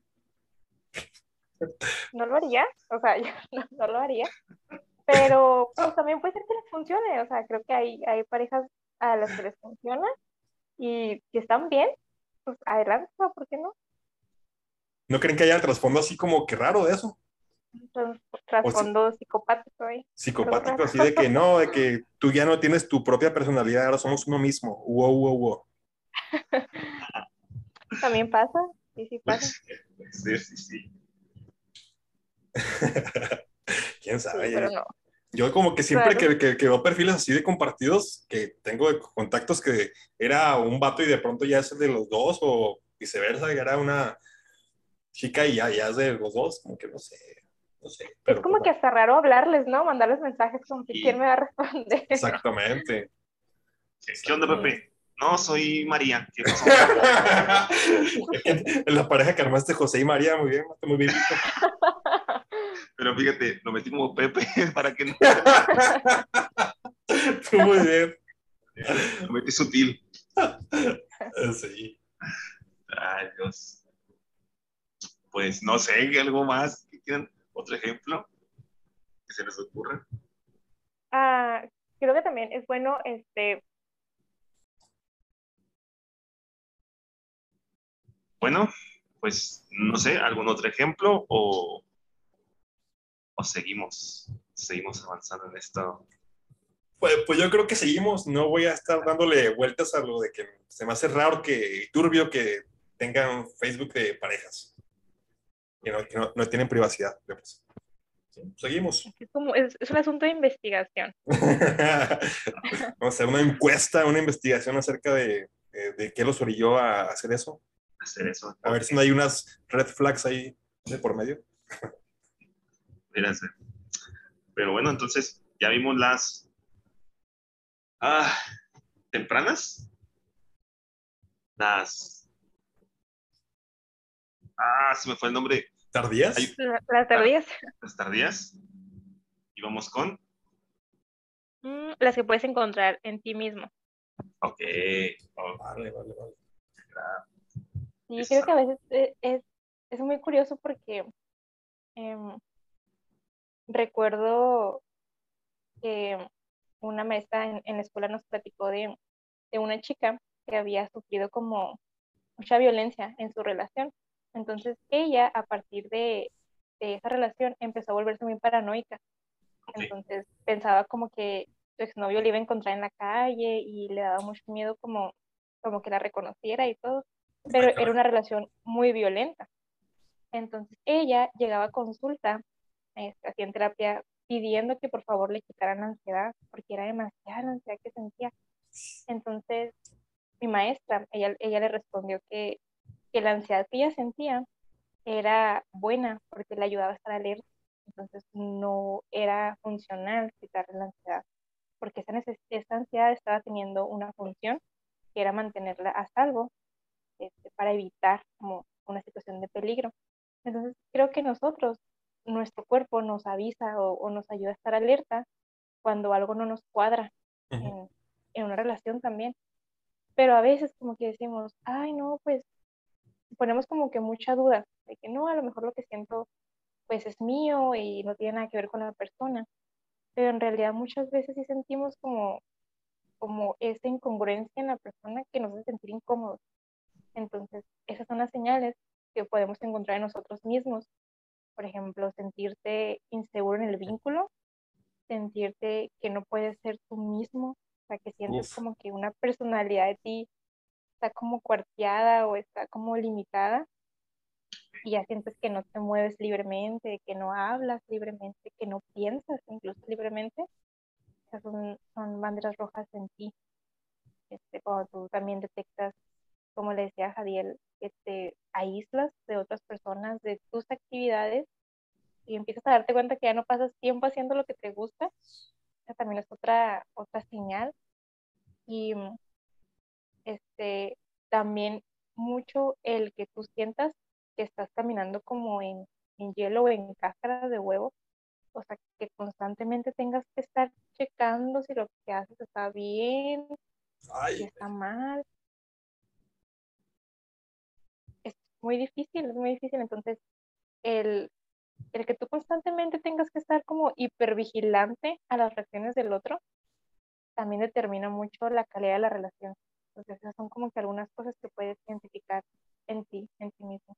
No lo haría, o sea, yo no, no lo haría, pero pues también puede ser que les funcione, o sea, creo que hay, hay parejas a las que les funciona y si están bien, pues adelante, ¿no? ¿Por qué no? ¿No creen que haya el trasfondo así como que raro de eso? Tras- O si- Trasfondo psicopático ahí, algo psicopático, raro. así de que no, de que tú ya no tienes tu propia personalidad, ahora somos uno mismo. Wow, wow, wow. También pasa, sí, sí pasa, Pues, sí, sí, sí. ¿Quién sí, pero sabe? no, Yo como que siempre raro. que, que, que veo perfiles así de compartidos, que tengo de contactos que era un vato y de pronto ya es de los dos o viceversa, y era una chica y ya, ya es de los dos, como que no sé, no sé, Es pero pues como que bueno, hasta raro hablarles, ¿no? Mandarles mensajes como que quién Y, me va a responder. exactamente, ¿qué, qué onda, Sí. Pepe? No, soy María. ¿Qué pasó? la pareja que armaste José y María, muy bien, muy bien dicho. Pero fíjate, lo metí como Pepe para que no. Tú muy bien. Lo metí sutil. Sí. Ay, Dios. Pues no sé, algo más. ¿Qué quieran? ¿Otro ejemplo que se les ocurra? Ah, creo que también es bueno, este, Bueno, pues no sé, ¿algún otro ejemplo o, o seguimos? Seguimos avanzando en esto. Pues, pues yo creo que seguimos, no voy a estar dándole vueltas a lo de que se me hace raro que turbio que tengan Facebook de parejas, que no, que no, no tienen privacidad. Pues, sí, seguimos. es como, es, es un asunto de investigación. Vamos a hacer una encuesta, una investigación acerca de, de, de qué los orilló a hacer eso. Hacer eso, A ver si porque, no hay unas red flags ahí de por medio. fíjense. Pero bueno, entonces ya vimos las ah, tempranas, las ah, se me fue el nombre. ¿Tardías? Hay, La- Las tar- tardías, las tardías. Y vamos con. mm, las que puedes encontrar en ti mismo. Ok. Oh, Vale, vale, vale. Sí, creo que esa. a veces e- es, es muy curioso porque em, recuerdo que una maestra en, en la escuela nos platicó de, de una chica que había sufrido como mucha violencia en su relación. Entonces ella, a partir de, de esa relación, empezó a volverse muy paranoica. Ok. Entonces pensaba como que su exnovio le iba a encontrar en la calle y le daba mucho miedo como, como que la reconociera y todo, Ay, pero era caray. una relación muy violenta. Entonces ella llegaba a consulta, este, hacía en terapia, pidiendo que por favor le quitaran la ansiedad, porque era demasiada la ansiedad que sentía. Entonces mi maestra, ella, ella le respondió que, que la ansiedad que ella sentía era buena porque le ayudaba a estar alerta. Entonces no era funcional quitarle la ansiedad, porque esa, neces- esa ansiedad estaba teniendo una función que era mantenerla a salvo, este, para evitar como una situación de peligro. Entonces creo que nosotros, nuestro cuerpo nos avisa o, o nos ayuda a estar alerta cuando algo no nos cuadra Ujú. en, en una relación también. Pero a veces como que decimos, ay no, pues ponemos como que mucha duda de que no, a lo mejor lo que siento pues es mío y no tiene nada que ver con la persona, pero en realidad muchas veces sí sentimos como, como esa incongruencia en la persona que nos hace sentir incómodos. Entonces, esas son las señales que podemos encontrar en nosotros mismos. Por ejemplo, sentirte inseguro en el vínculo, sentirte que no puedes ser tú mismo, o sea, que sientes Uf. como que una personalidad de ti está como cuarteada o está como limitada y ya sientes que no te mueves libremente, que no hablas libremente, que no piensas incluso libremente. Esas son, son banderas rojas en ti. Este, cuando tú también detectas, como le decía Jadiel, que te aíslas de otras personas, de tus actividades y empiezas a darte cuenta que ya no pasas tiempo haciendo lo que te gusta, esa también es otra, otra señal. Y este, también mucho el que tú sientas que estás caminando como en, en hielo o en cáscara de huevo. O sea, que constantemente tengas que estar checando si lo que haces está bien, si Ay, está mal. Es muy difícil, es muy difícil. Entonces, el, el que tú constantemente tengas que estar como hipervigilante a las reacciones del otro, también determina mucho la calidad de la relación. Entonces, esas son como que algunas cosas que puedes identificar en ti, en ti mismo.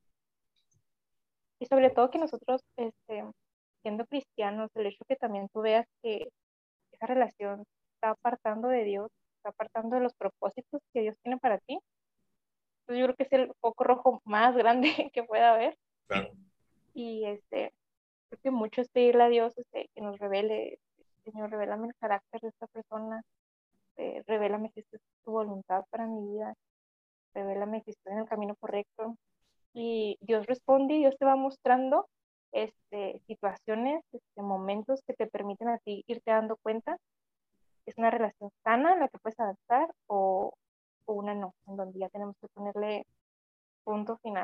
Y sobre todo que nosotros, este, siendo cristianos, el hecho que también tú veas que esa relación está apartando de Dios, está apartando de los propósitos que Dios tiene para ti. Entonces yo creo que es el foco rojo más grande que pueda haber. claro. Y este, creo que mucho es pedirle a Dios este, que nos revele, Señor, revélame el carácter de esta persona, eh, revélame si esta es tu voluntad para mi vida, revélame si estoy en el camino correcto. Y Dios responde y Dios te va mostrando este, situaciones, este, momentos que te permiten a ti irte dando cuenta es una relación sana en la que puedes avanzar o, o una no, en donde ya tenemos que ponerle punto final.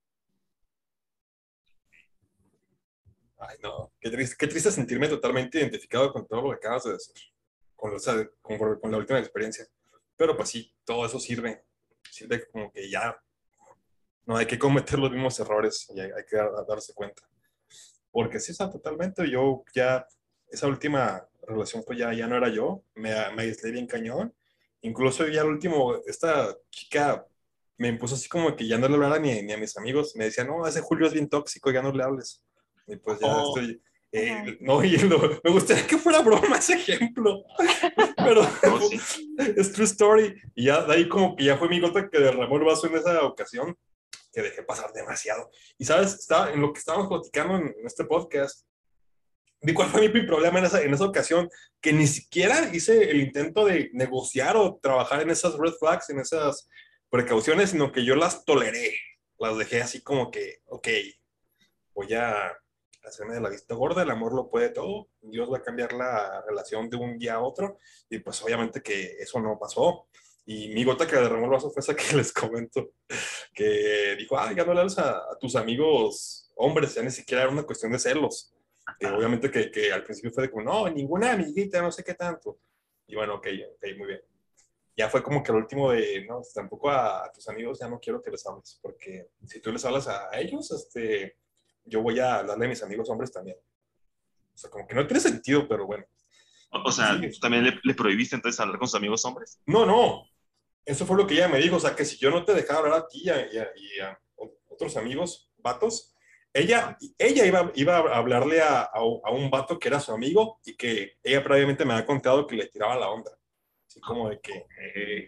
Ay, no. Qué triste, qué triste sentirme totalmente identificado con todo lo que acabas de decir. Con, o sea, con, con la última experiencia. Pero pues sí, todo eso sirve. Sirve como que ya no hay que cometer los mismos errores y hay, hay que dar- darse cuenta. Porque sí, o sea, totalmente. Yo ya, esa última relación, pues ya, ya no era yo. Me, me aislé bien cañón. Incluso ya al último, esta chica me impuso así como que ya no le hablara ni, ni a mis amigos. Me decía, no, ese Julio es bien tóxico, ya no le hables. Y pues ya Oh, estoy. Ajá. eh, no, y lo- me gustaría que fuera broma ese ejemplo. Pero no, sí. es true story. Y ya de ahí como que ya fue mi gota que derramó el vaso en esa ocasión, que dejé pasar demasiado. Y sabes, estaba, en lo que estábamos platicando en, en este podcast, ¿de cuál fue mi problema en esa, en esa ocasión? Que ni siquiera hice el intento de negociar o trabajar en esas red flags, en esas precauciones, sino que yo las toleré. Las dejé así como que, ok, voy a hacerme de la vista gorda, el amor lo puede todo, Dios va a cambiar la relación de un día a otro, y pues obviamente que eso no pasó. Y mi gota que derramó el vaso fue esa que les comento, que dijo, ah, ya no le hables a, a tus amigos hombres, ya ni siquiera era una cuestión de celos. Que obviamente que, que al principio fue de como, no, ninguna amiguita, no sé qué tanto. Y bueno, ok, ok, muy bien. Ya fue como que el último de, no, tampoco a, a tus amigos ya no quiero que les hables, porque si tú les hablas a, a ellos, este, yo voy a hablarle a mis amigos hombres también. O sea, como que no tiene sentido, pero bueno. O, o Y sea, sí, ¿tú también le, le prohibiste entonces hablar con sus amigos hombres? no, no, eso fue lo que ella me dijo, o sea, que si yo no te dejaba hablar a ti y a, y a- y a otros amigos, vatos, ella, ella iba, iba a hablarle a, a, a un vato que era su amigo y que ella previamente me había contado que le tiraba la onda. Así como de que, eh,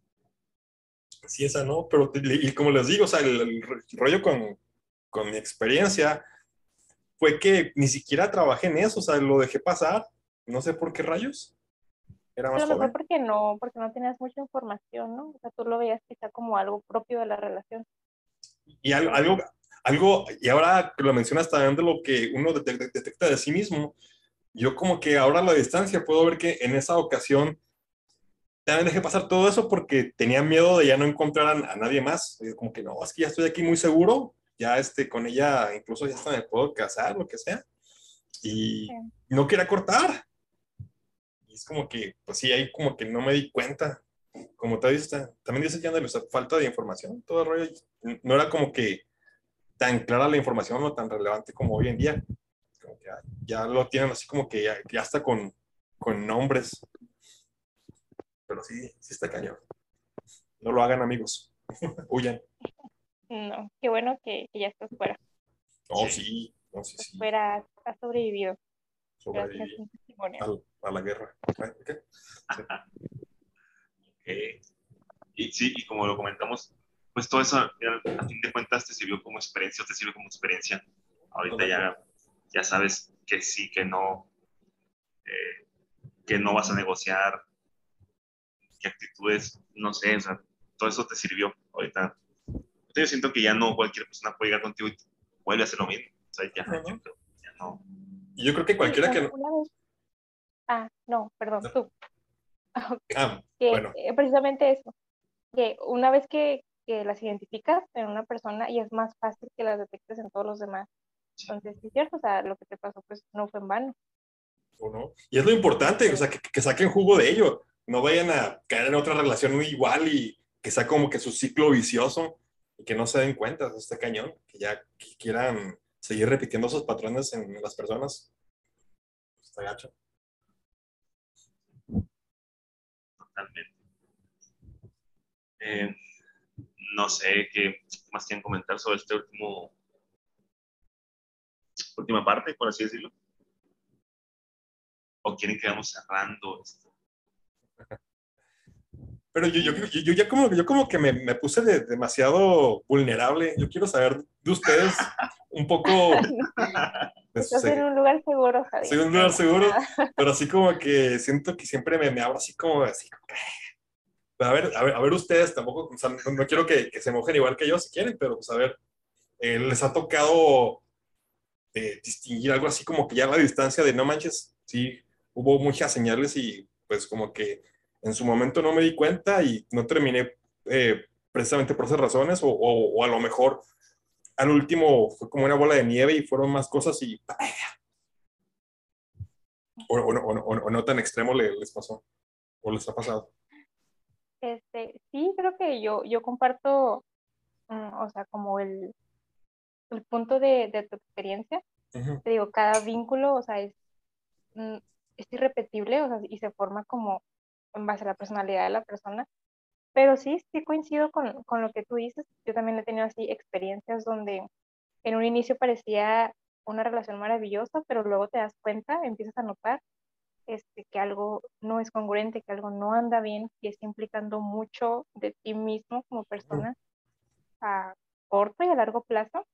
sí, esa no, pero y como les digo, o sea, el, el rollo con, con mi experiencia fue que ni siquiera trabajé en eso, o sea, lo dejé pasar, no sé por qué rayos, era A más lo mejor joven. porque no, porque no tenías mucha información, ¿no? O sea, tú lo veías quizá como algo propio de la relación. Y algo, Puede algo, ser. algo, y ahora que lo mencionas también de lo que uno de- de- detecta de sí mismo, yo como que ahora a la distancia puedo ver que en esa ocasión también dejé pasar todo eso porque tenía miedo de ya no encontrar a, a nadie más. Y yo como que no, es que ya estoy aquí muy seguro, ya este, con ella incluso ya hasta me puedo casar, lo que sea, y Sí. no quería cortar. Y es como que, pues sí, ahí como que no me di cuenta. Como te dices, también dices ya de la falta de información, todo el rollo. No era como que tan clara la información o tan relevante como hoy en día. Como que ya, ya lo tienen así como que ya, ya está con, con nombres. Pero sí, sí está cañón. No lo hagan, amigos. Huyan. No, qué bueno que, que ya estás fuera. No, Sí. sí, no, sí, Estás sí. fuera, has sobrevivido. Gracias, Sobreviví un testimonio. a, a la guerra. ¿Qué? Sí. Eh, y sí, y como lo comentamos, pues todo eso, al- a fin de cuentas, te sirvió como experiencia, te sirve como experiencia. Ahorita Correcto. ya, ya sabes que sí, que no, eh, que no vas a negociar, qué actitudes, no sé, o sea, todo eso te sirvió. Ahorita, yo siento que ya no cualquier persona puede llegar contigo y vuelve a hacer lo mismo. O sea, ya, No, yo no. creo, ya no. Y yo creo que Sí, cualquiera bueno, que... una vez, ah, no, perdón, tú. Ah, Que bueno. eh, precisamente eso, que una vez que que las identificas en una persona y es más fácil que las detectes en todos los demás. Entonces, sí es cierto, o sea, lo que te pasó pues no fue en vano. ¿O no? Y es lo importante, o sea, que, que saquen jugo de ello, no vayan a caer en otra relación muy igual y que sea como que su ciclo vicioso y que no se den cuenta de este cañón, que ya que quieran seguir repitiendo esos patrones en las personas. Está gacho. Totalmente. Eh, no sé qué más quieren comentar sobre este último, última parte, por así decirlo. ¿O quieren que vamos cerrando esto? Pero yo, yo, yo, yo ya como, yo como que me, me puse de, demasiado vulnerable. Yo quiero saber de ustedes un poco de su, Estás en un lugar seguro, soy Javier. un No lugar pasa seguro, nada. pero así como que siento que siempre me, me abro así como así. Pero a ver, a ver, a ver ustedes tampoco, o sea, no, no quiero que, que, se mojen igual que yo si quieren, pero pues a ver, eh, les ha tocado eh, distinguir algo así como que ya a la distancia de no manches, sí, hubo muchas señales y pues como que en su momento no me di cuenta y no terminé eh, precisamente por esas razones o, o, o, a lo mejor al último fue como una bola de nieve y fueron más cosas y o, o, o, o no tan extremo les, les pasó o les ha pasado. Este, sí, creo que yo, yo comparto, mm, o sea, como el, el punto de, de tu experiencia. Uh-huh. Te digo, cada vínculo, o sea, es, mm, es irrepetible, o sea, y se forma como en base a la personalidad de la persona. Pero sí, sí coincido con, con lo que tú dices. Yo también he tenido así experiencias donde en un inicio parecía una relación maravillosa, pero luego te das cuenta, empiezas a notar este, que algo no es congruente, que algo no anda bien, que está implicando mucho de ti mismo como persona a corto y a largo plazo.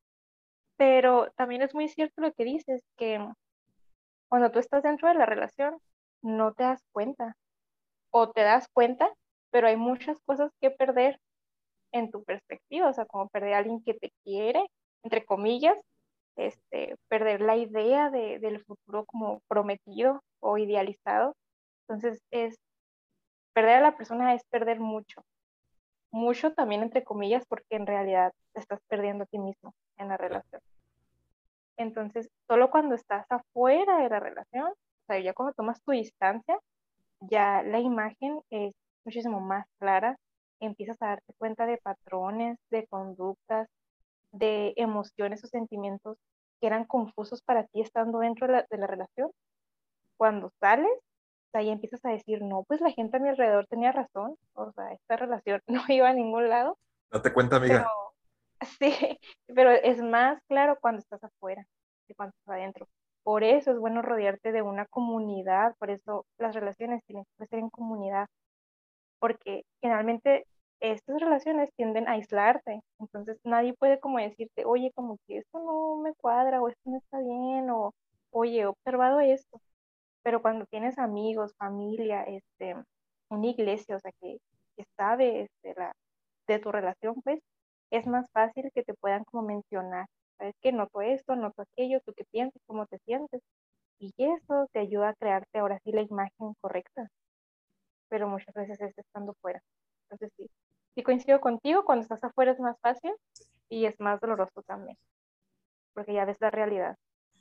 Pero también es muy cierto lo que dices, que cuando tú estás dentro de la relación, no te das cuenta, o te das cuenta, pero hay muchas cosas que perder en tu perspectiva, o sea, como perder a alguien que te quiere, entre comillas, este, perder la idea de, del futuro como prometido o idealizado. Entonces, es perder a la persona es perder mucho, mucho también entre comillas, porque en realidad te estás perdiendo a ti mismo en la relación. Entonces, solo cuando estás afuera de la relación, o sea, ya cuando tomas tu distancia, ya la imagen es muchísimo más clara, empiezas a darte cuenta de patrones, de conductas, de emociones o sentimientos que eran confusos para ti estando dentro de la, de la relación. Cuando sales, ahí empiezas a decir, no, pues la gente a mi alrededor tenía razón, o sea, esta relación no iba a ningún lado, Date cuenta, pero amiga. sí, pero es más claro cuando estás afuera que cuando estás adentro. Por eso es bueno rodearte de una comunidad, por eso las relaciones tienen que ser en comunidad, porque generalmente estas relaciones tienden a aislarte, entonces nadie puede como decirte, oye, como que esto no me cuadra, o esto no está bien, o oye, he observado esto, pero cuando tienes amigos, familia, este, una iglesia, o sea, que, que sabe este, la, de tu relación, pues es más fácil que te puedan como mencionar, ¿sabes qué? Noto esto, noto aquello, tú qué piensas, cómo te sientes, y eso te ayuda a crearte ahora sí la imagen correcta, pero muchas veces es estando fuera. Entonces sí, sí coincido contigo, cuando estás afuera es más fácil y es más doloroso también, porque ya ves la realidad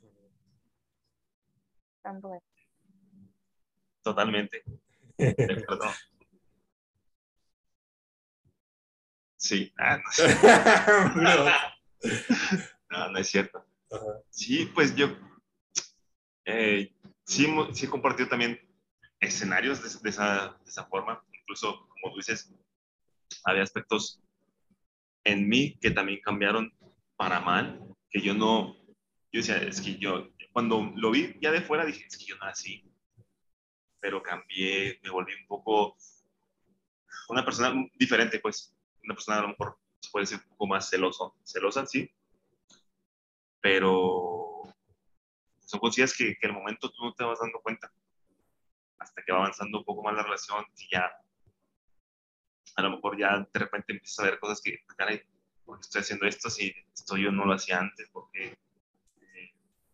estando dentro. Totalmente, de acuerdo. Sí, ah, no, no, no es cierto. Ajá. Sí, pues yo eh, sí, sí he compartido también escenarios de, de, esa, de esa forma. Incluso, como tú dices, había aspectos en mí que también cambiaron para mal, que yo no, yo decía, es que yo, cuando lo vi ya de fuera dije, es que yo no era así, pero cambié, me volví un poco una persona diferente, pues, una persona a lo mejor se puede decir un poco más celoso, celosa, sí, pero son cosillas que, que al momento tú no te vas dando cuenta, hasta que va avanzando un poco más la relación y ya, a lo mejor ya de repente empiezas a ver cosas que, caray, ¿por qué estoy haciendo esto si esto yo no lo hacía antes? Porque, eh,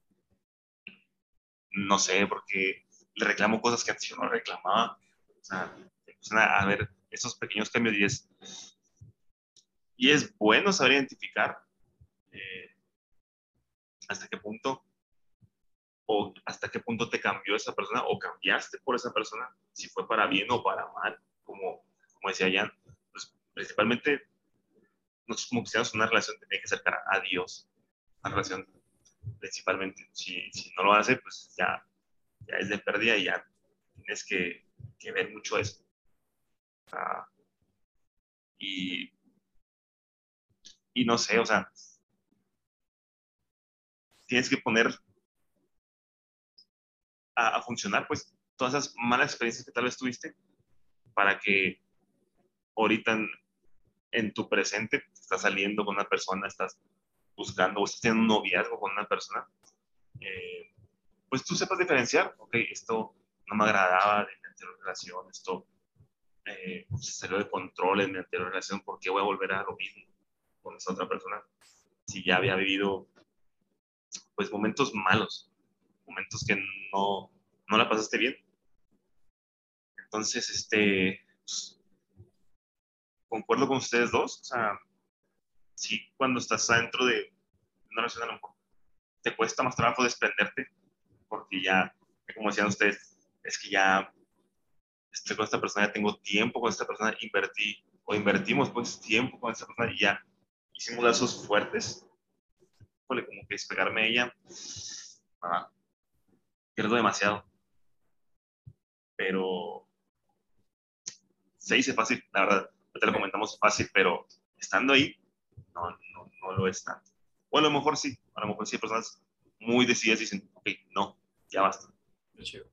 no sé, porque le reclamo cosas que antes yo no reclamaba. O sea, empiezan a, a ver esos pequeños cambios y es, y es bueno saber identificar eh, hasta qué punto o hasta qué punto te cambió esa persona o cambiaste por esa persona, si fue para bien o para mal, como, como decía Jan, pues principalmente nosotros como cristianos una relación tiene que acercar a Dios, una relación principalmente, si, si no lo hace, pues ya, ya es de pérdida y ya tienes que, que ver mucho eso. O sea, y, y no sé, o sea, tienes que poner a, a funcionar pues todas esas malas experiencias que tal vez tuviste para que ahorita en, en tu presente estás saliendo con una persona, estás buscando o estás teniendo un noviazgo con una persona, eh, pues tú sepas diferenciar, ok, esto no me agradaba de mi anterior relación, esto eh, se salió de control en mi anterior relación, ¿por qué voy a volver a lo mismo con esa otra persona? Si ya había vivido pues momentos malos, momentos que no, no la pasaste bien. Entonces, este, pues, concuerdo con ustedes dos, o sea, sí, cuando estás adentro de una relación a lo mejor te cuesta más trabajo desprenderte, porque ya, como decían ustedes, es que ya estoy con esta persona, ya tengo tiempo con esta persona, invertí, o invertimos pues tiempo con esta persona y ya hicimos lazos fuertes, como que despegarme de ella, ah, pierdo demasiado, pero se dice fácil, la verdad, no te lo comentamos fácil, pero estando ahí, no, no, no lo es tanto. O a lo mejor sí, a lo mejor sí hay personas muy decididas y dicen, ok, no, ya basta. Chido.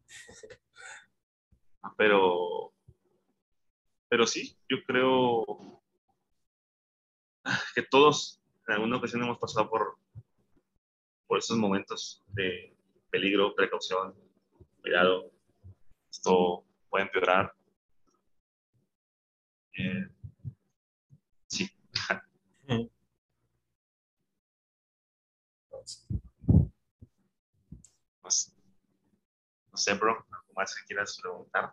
Pero, pero sí, yo creo que todos en alguna ocasión hemos pasado por, por esos momentos de peligro, precaución, cuidado, esto puede empeorar. Eh, sí, Ujú. pues, no sé, bro, algo más que quieras preguntar.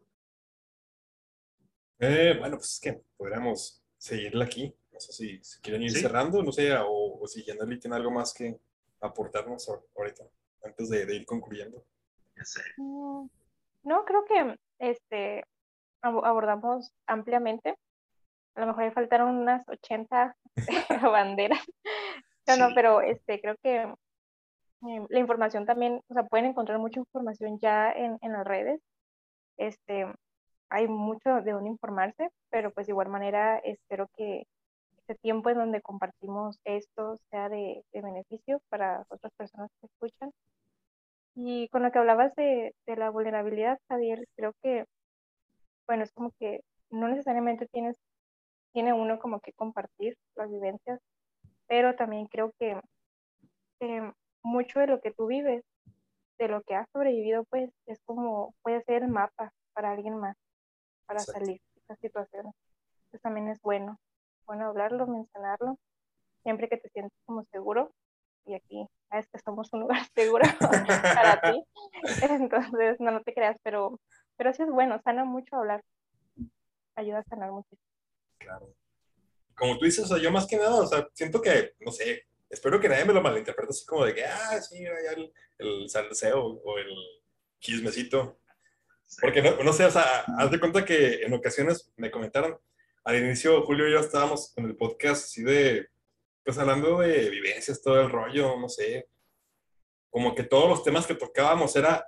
Eh, bueno, pues es que podríamos seguirla aquí. No sé si, si quieren ir Sí, cerrando, no sé, o, o si Yaneli tiene algo más que aportarnos ahor- ahorita, antes de, de ir concluyendo. ya sé. Mm, No, creo que este abo- abordamos ampliamente. A lo mejor le faltaron unas ochenta banderas. No, no, Sí, pero este, creo que eh, la información también, o sea, pueden encontrar mucha información ya en, en las redes. Este, hay mucho de dónde informarse, pero pues de igual manera espero que este tiempo en donde compartimos esto sea de, de beneficio para otras personas que escuchan. Y con lo que hablabas de, de la vulnerabilidad, Javier, creo que, bueno, es como que no necesariamente tienes, tiene uno como que compartir las vivencias, pero también creo que eh, mucho de lo que tú vives, de lo que has sobrevivido, pues es como, puede ser el mapa para alguien más, para Exacto. salir de estas situaciones. Pues también es bueno, bueno hablarlo, mencionarlo, siempre que te sientes como seguro, y aquí es que somos un lugar seguro para ti, entonces no, no te creas, pero, pero sí es bueno, sana mucho hablar, ayuda a sanar mucho. Claro. Como tú dices, o sea, yo más que nada, o sea, siento que, no sé, espero que nadie me lo malinterprete así como de que, ah, sí, ya el, el salseo o el chismecito. sí, Porque no, no sé, o sea, haz de cuenta que en ocasiones me comentaron, al inicio, Julio y yo estábamos en el podcast así de, pues hablando de vivencias, todo el rollo, no sé, como que todos los temas que tocábamos era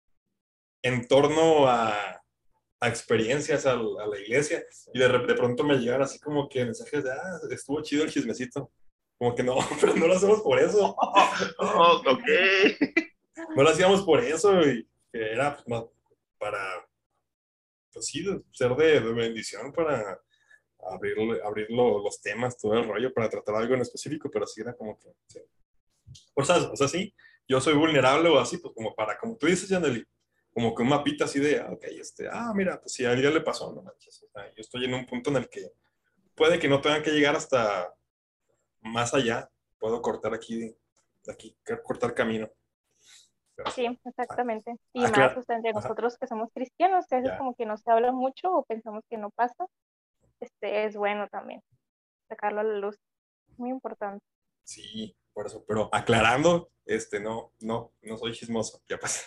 en torno a, a experiencias a, la a la iglesia, y de, de pronto me llegaron así como que mensajes de, ah, estuvo chido el chismecito. Como que no, pero no lo hacemos por eso. oh, ok. No lo hacíamos por eso, y que era pues, más para, pues sí, ser de, de bendición para abrir, abrir lo- los temas, todo el rollo, para tratar algo en específico, pero sí era como que, sí. O sea, o sea, sí, yo soy vulnerable o así, pues como para, como tú dices, Yaneli, como que un mapita así de, ah, ok, este, ah, mira, pues si a alguien le pasó, no manches, o sea, yo estoy en un punto en el que puede que no tengan que llegar hasta más allá, puedo cortar aquí, de aquí, cortar camino. Pero sí, Sí, ah, exactamente. Y ah, más, claro, o sea, entre ajá, nosotros que somos cristianos, que a veces ya, como que no se habla mucho o pensamos que no pasa, este es bueno también. sacarlo a la luz. Muy importante. Sí, por eso, pero aclarando, este, no, no, no soy chismoso, ya pasa.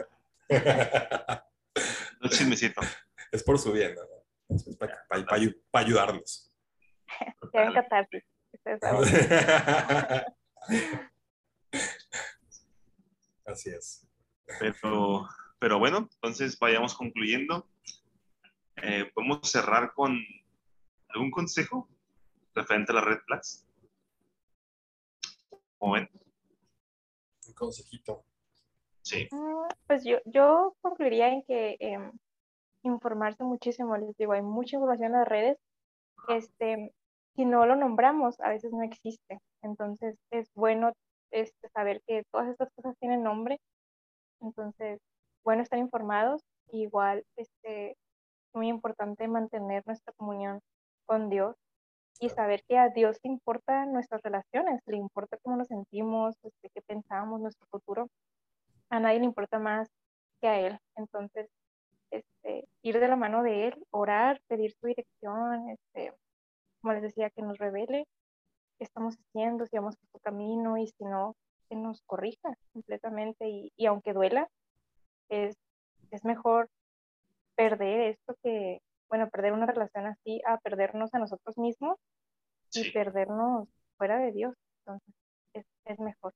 No chismecito. Es por su bien, ¿no? Es para Ya, pa, pa, total, pa ayudarnos. Ya ven total. catarsis. Ustedes saben. Así es. Pero, pero bueno, entonces vayamos concluyendo. Eh, podemos cerrar con algún consejo referente a las red flags. ¿Cómo ven? Un consejito. Sí, Mm, Pues yo, yo concluiría en que em, informarse muchísimo, les digo, hay mucha información en las redes. Este, si no lo nombramos, a veces no existe. Entonces es bueno este, saber que todas estas cosas tienen nombre. Entonces, bueno estar informados. Igual, este, muy importante mantener nuestra comunión con Dios y saber que a Dios le importan nuestras relaciones, le importa cómo nos sentimos, este, qué pensamos, nuestro futuro. A nadie le importa más que a Él. Entonces, este, ir de la mano de Él, orar, pedir su dirección, este, como les decía, que nos revele qué estamos haciendo, si vamos por su camino y si no, que nos corrija completamente. Y, y aunque duela, es, es mejor perder esto que, bueno, perder una relación así a perdernos a nosotros mismos y sí. perdernos fuera de Dios. Entonces, es, es mejor.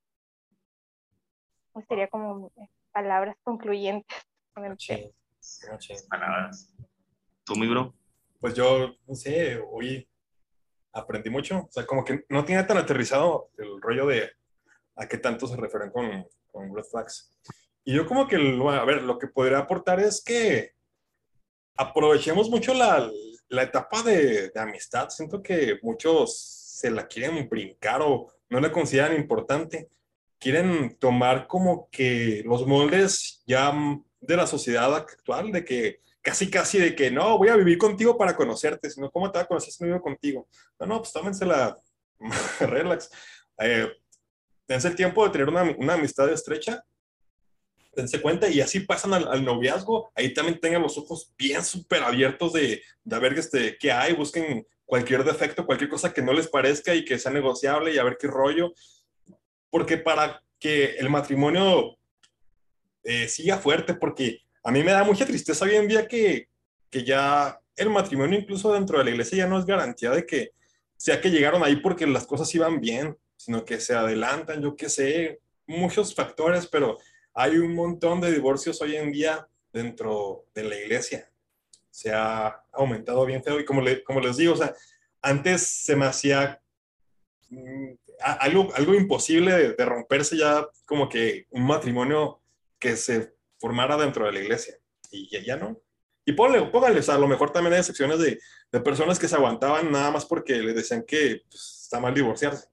Pues sería como eh, palabras concluyentes con el tema. Machín, machín. Palabras. ¿Tú, mi bro? Pues yo, no sé, hoy aprendí mucho. O sea, como que no tiene tan aterrizado el rollo de a qué tanto se refieren con, con red flags. Y yo como que, lo- a ver, lo que podría aportar es que aprovechemos mucho la, la etapa de, de amistad. Siento que muchos se la quieren brincar o no la consideran importante. Quieren tomar como que los moldes ya de la sociedad actual, de que casi, casi de que no, voy a vivir contigo para conocerte, sino cómo te va a conocer si no vivo contigo. No, no, pues tómensela relax. Eh, dense el tiempo de tener una, una amistad estrecha, dense cuenta y así pasan al, al noviazgo, ahí también tengan los ojos bien súper abiertos de, de a ver este, qué hay, busquen cualquier defecto, cualquier cosa que no les parezca y que sea negociable y a ver qué rollo, porque para que el matrimonio eh, siga fuerte, porque a mí me da mucha tristeza hoy en día que, que ya el matrimonio incluso dentro de la iglesia ya no es garantía de que sea que llegaron ahí porque las cosas iban bien, sino que se adelantan, yo qué sé, muchos factores, pero hay un montón de divorcios hoy en día dentro de la iglesia. Se ha aumentado bien feo y como, le, como les digo, o sea, antes se me hacía mm, algo, algo imposible de, de romperse ya como que un matrimonio que se formara dentro de la iglesia. Y ya, ya no. Y pónganle, pónganle, o sea, a lo mejor también hay excepciones de, de personas que se aguantaban nada más porque le decían que pues, está mal divorciarse.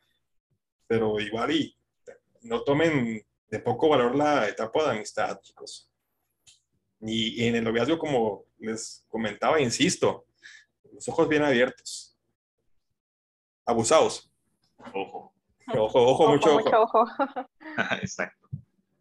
Pero igual y no tomen de poco valor la etapa de amistad, chicos. Y, y en el noviazgo, como les comentaba, insisto, los ojos bien abiertos. Abusados. Ojo. Ojo, ojo, Ojo, mucho mucho ojo. ojo. Exacto.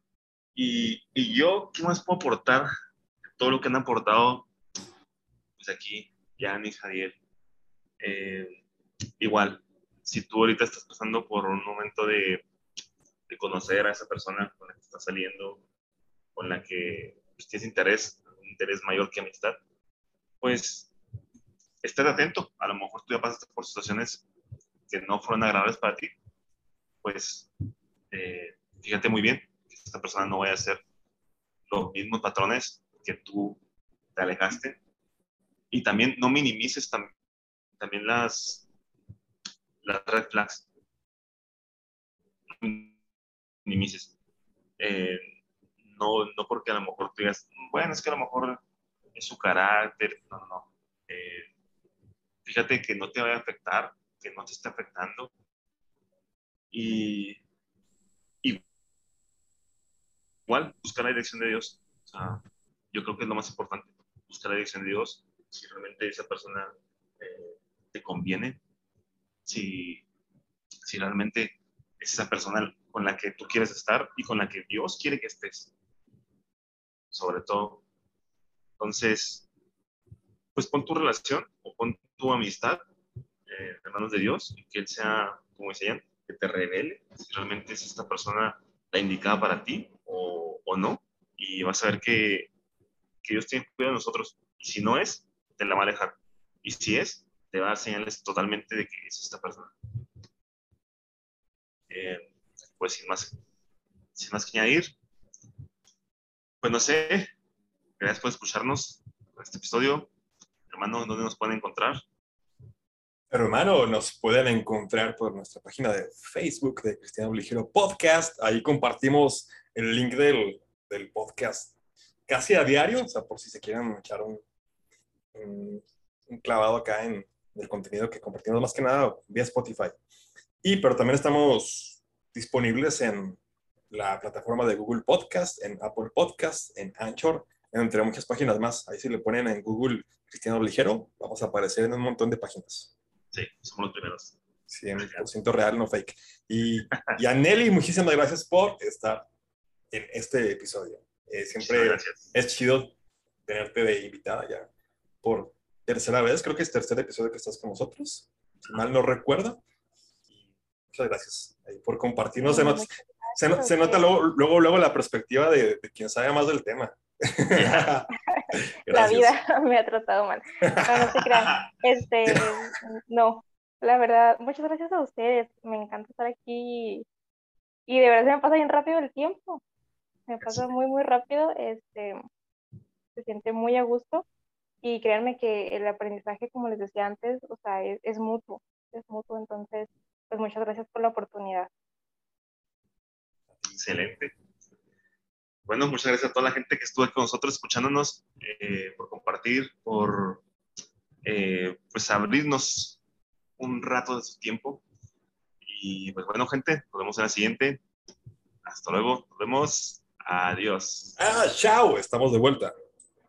Y, y yo, ¿qué más puedo aportar? Todo lo que han aportado, pues aquí, Jan y Javier. Eh, igual, si tú ahorita estás pasando por un momento de, de conocer a esa persona con la que estás saliendo, con la que pues, tienes interés, un interés mayor que amistad, pues estés atento. A lo mejor tú ya pasaste por situaciones que no fueron agradables para ti, pues eh, fíjate muy bien que esta persona no vaya a hacer los mismos patrones que tú te alejaste. Y también no minimices tam también las, las red flags. No minimices. Eh, no, no porque a lo mejor tú digas, bueno, es que a lo mejor es su carácter. No, no, no. Eh, fíjate que no te vaya a afectar, que no te esté afectando. Y igual, buscar la dirección de Dios. O sea, yo creo que es lo más importante. Buscar la dirección de Dios. Si realmente esa persona eh, te conviene, si, si realmente es esa persona con la que tú quieres estar y con la que Dios quiere que estés, sobre todo. Entonces, pues pon tu relación o pon tu amistad eh, en manos de Dios y que Él sea, como decían, que te revele si realmente es esta persona la indicada para ti o, o no. Y vas a ver que, que Dios tiene cuidado de nosotros. Y si no es, te la va a alejar. Y si es, te va a dar señales totalmente de que es esta persona. Eh, pues sin más, sin más que añadir, pues no sé, gracias por escucharnos en este episodio. Hermano, ¿dónde nos pueden encontrar? Pero hermano, nos pueden encontrar por nuestra página de Facebook de Cristiano Ligero Podcast. Ahí compartimos el link del, del podcast casi a diario, o sea, por si se quieren echar un, un, un clavado acá en el contenido que compartimos más que nada vía Spotify. Y pero también estamos disponibles en la plataforma de Google Podcast, en Apple Podcast, en Anchor, entre muchas páginas más. Ahí si le ponen en Google Cristiano Ligero, vamos a aparecer en un montón de páginas. Sí, somos los primeros. cien por ciento real, no fake. Y, y a Nelly, muchísimas gracias por estar en este episodio. Eh, siempre es chido tenerte de invitada ya por tercera vez. Creo que es tercer episodio que estás con nosotros, si mal no recuerdo. Muchas gracias ahí por compartirnos. Se, not, se, se nota luego, luego, luego la perspectiva de, de quien sabe más del tema. La vida me ha tratado mal. No, no se crean. Este, no, la verdad, muchas gracias a ustedes. Me encanta estar aquí y de verdad se me pasa bien rápido el tiempo. Me pasa muy, muy rápido. Este, se siente muy a gusto y créanme que el aprendizaje, como les decía antes, o sea, es, es mutuo, es mutuo. Entonces, pues muchas gracias por la oportunidad. Excelente. Bueno, muchas gracias a toda la gente que estuvo aquí con nosotros escuchándonos, eh, por compartir, por eh, pues abrirnos un rato de su tiempo. Y pues bueno, gente, nos vemos en la siguiente. Hasta luego, nos vemos. Adiós. Ah, chao, estamos de vuelta.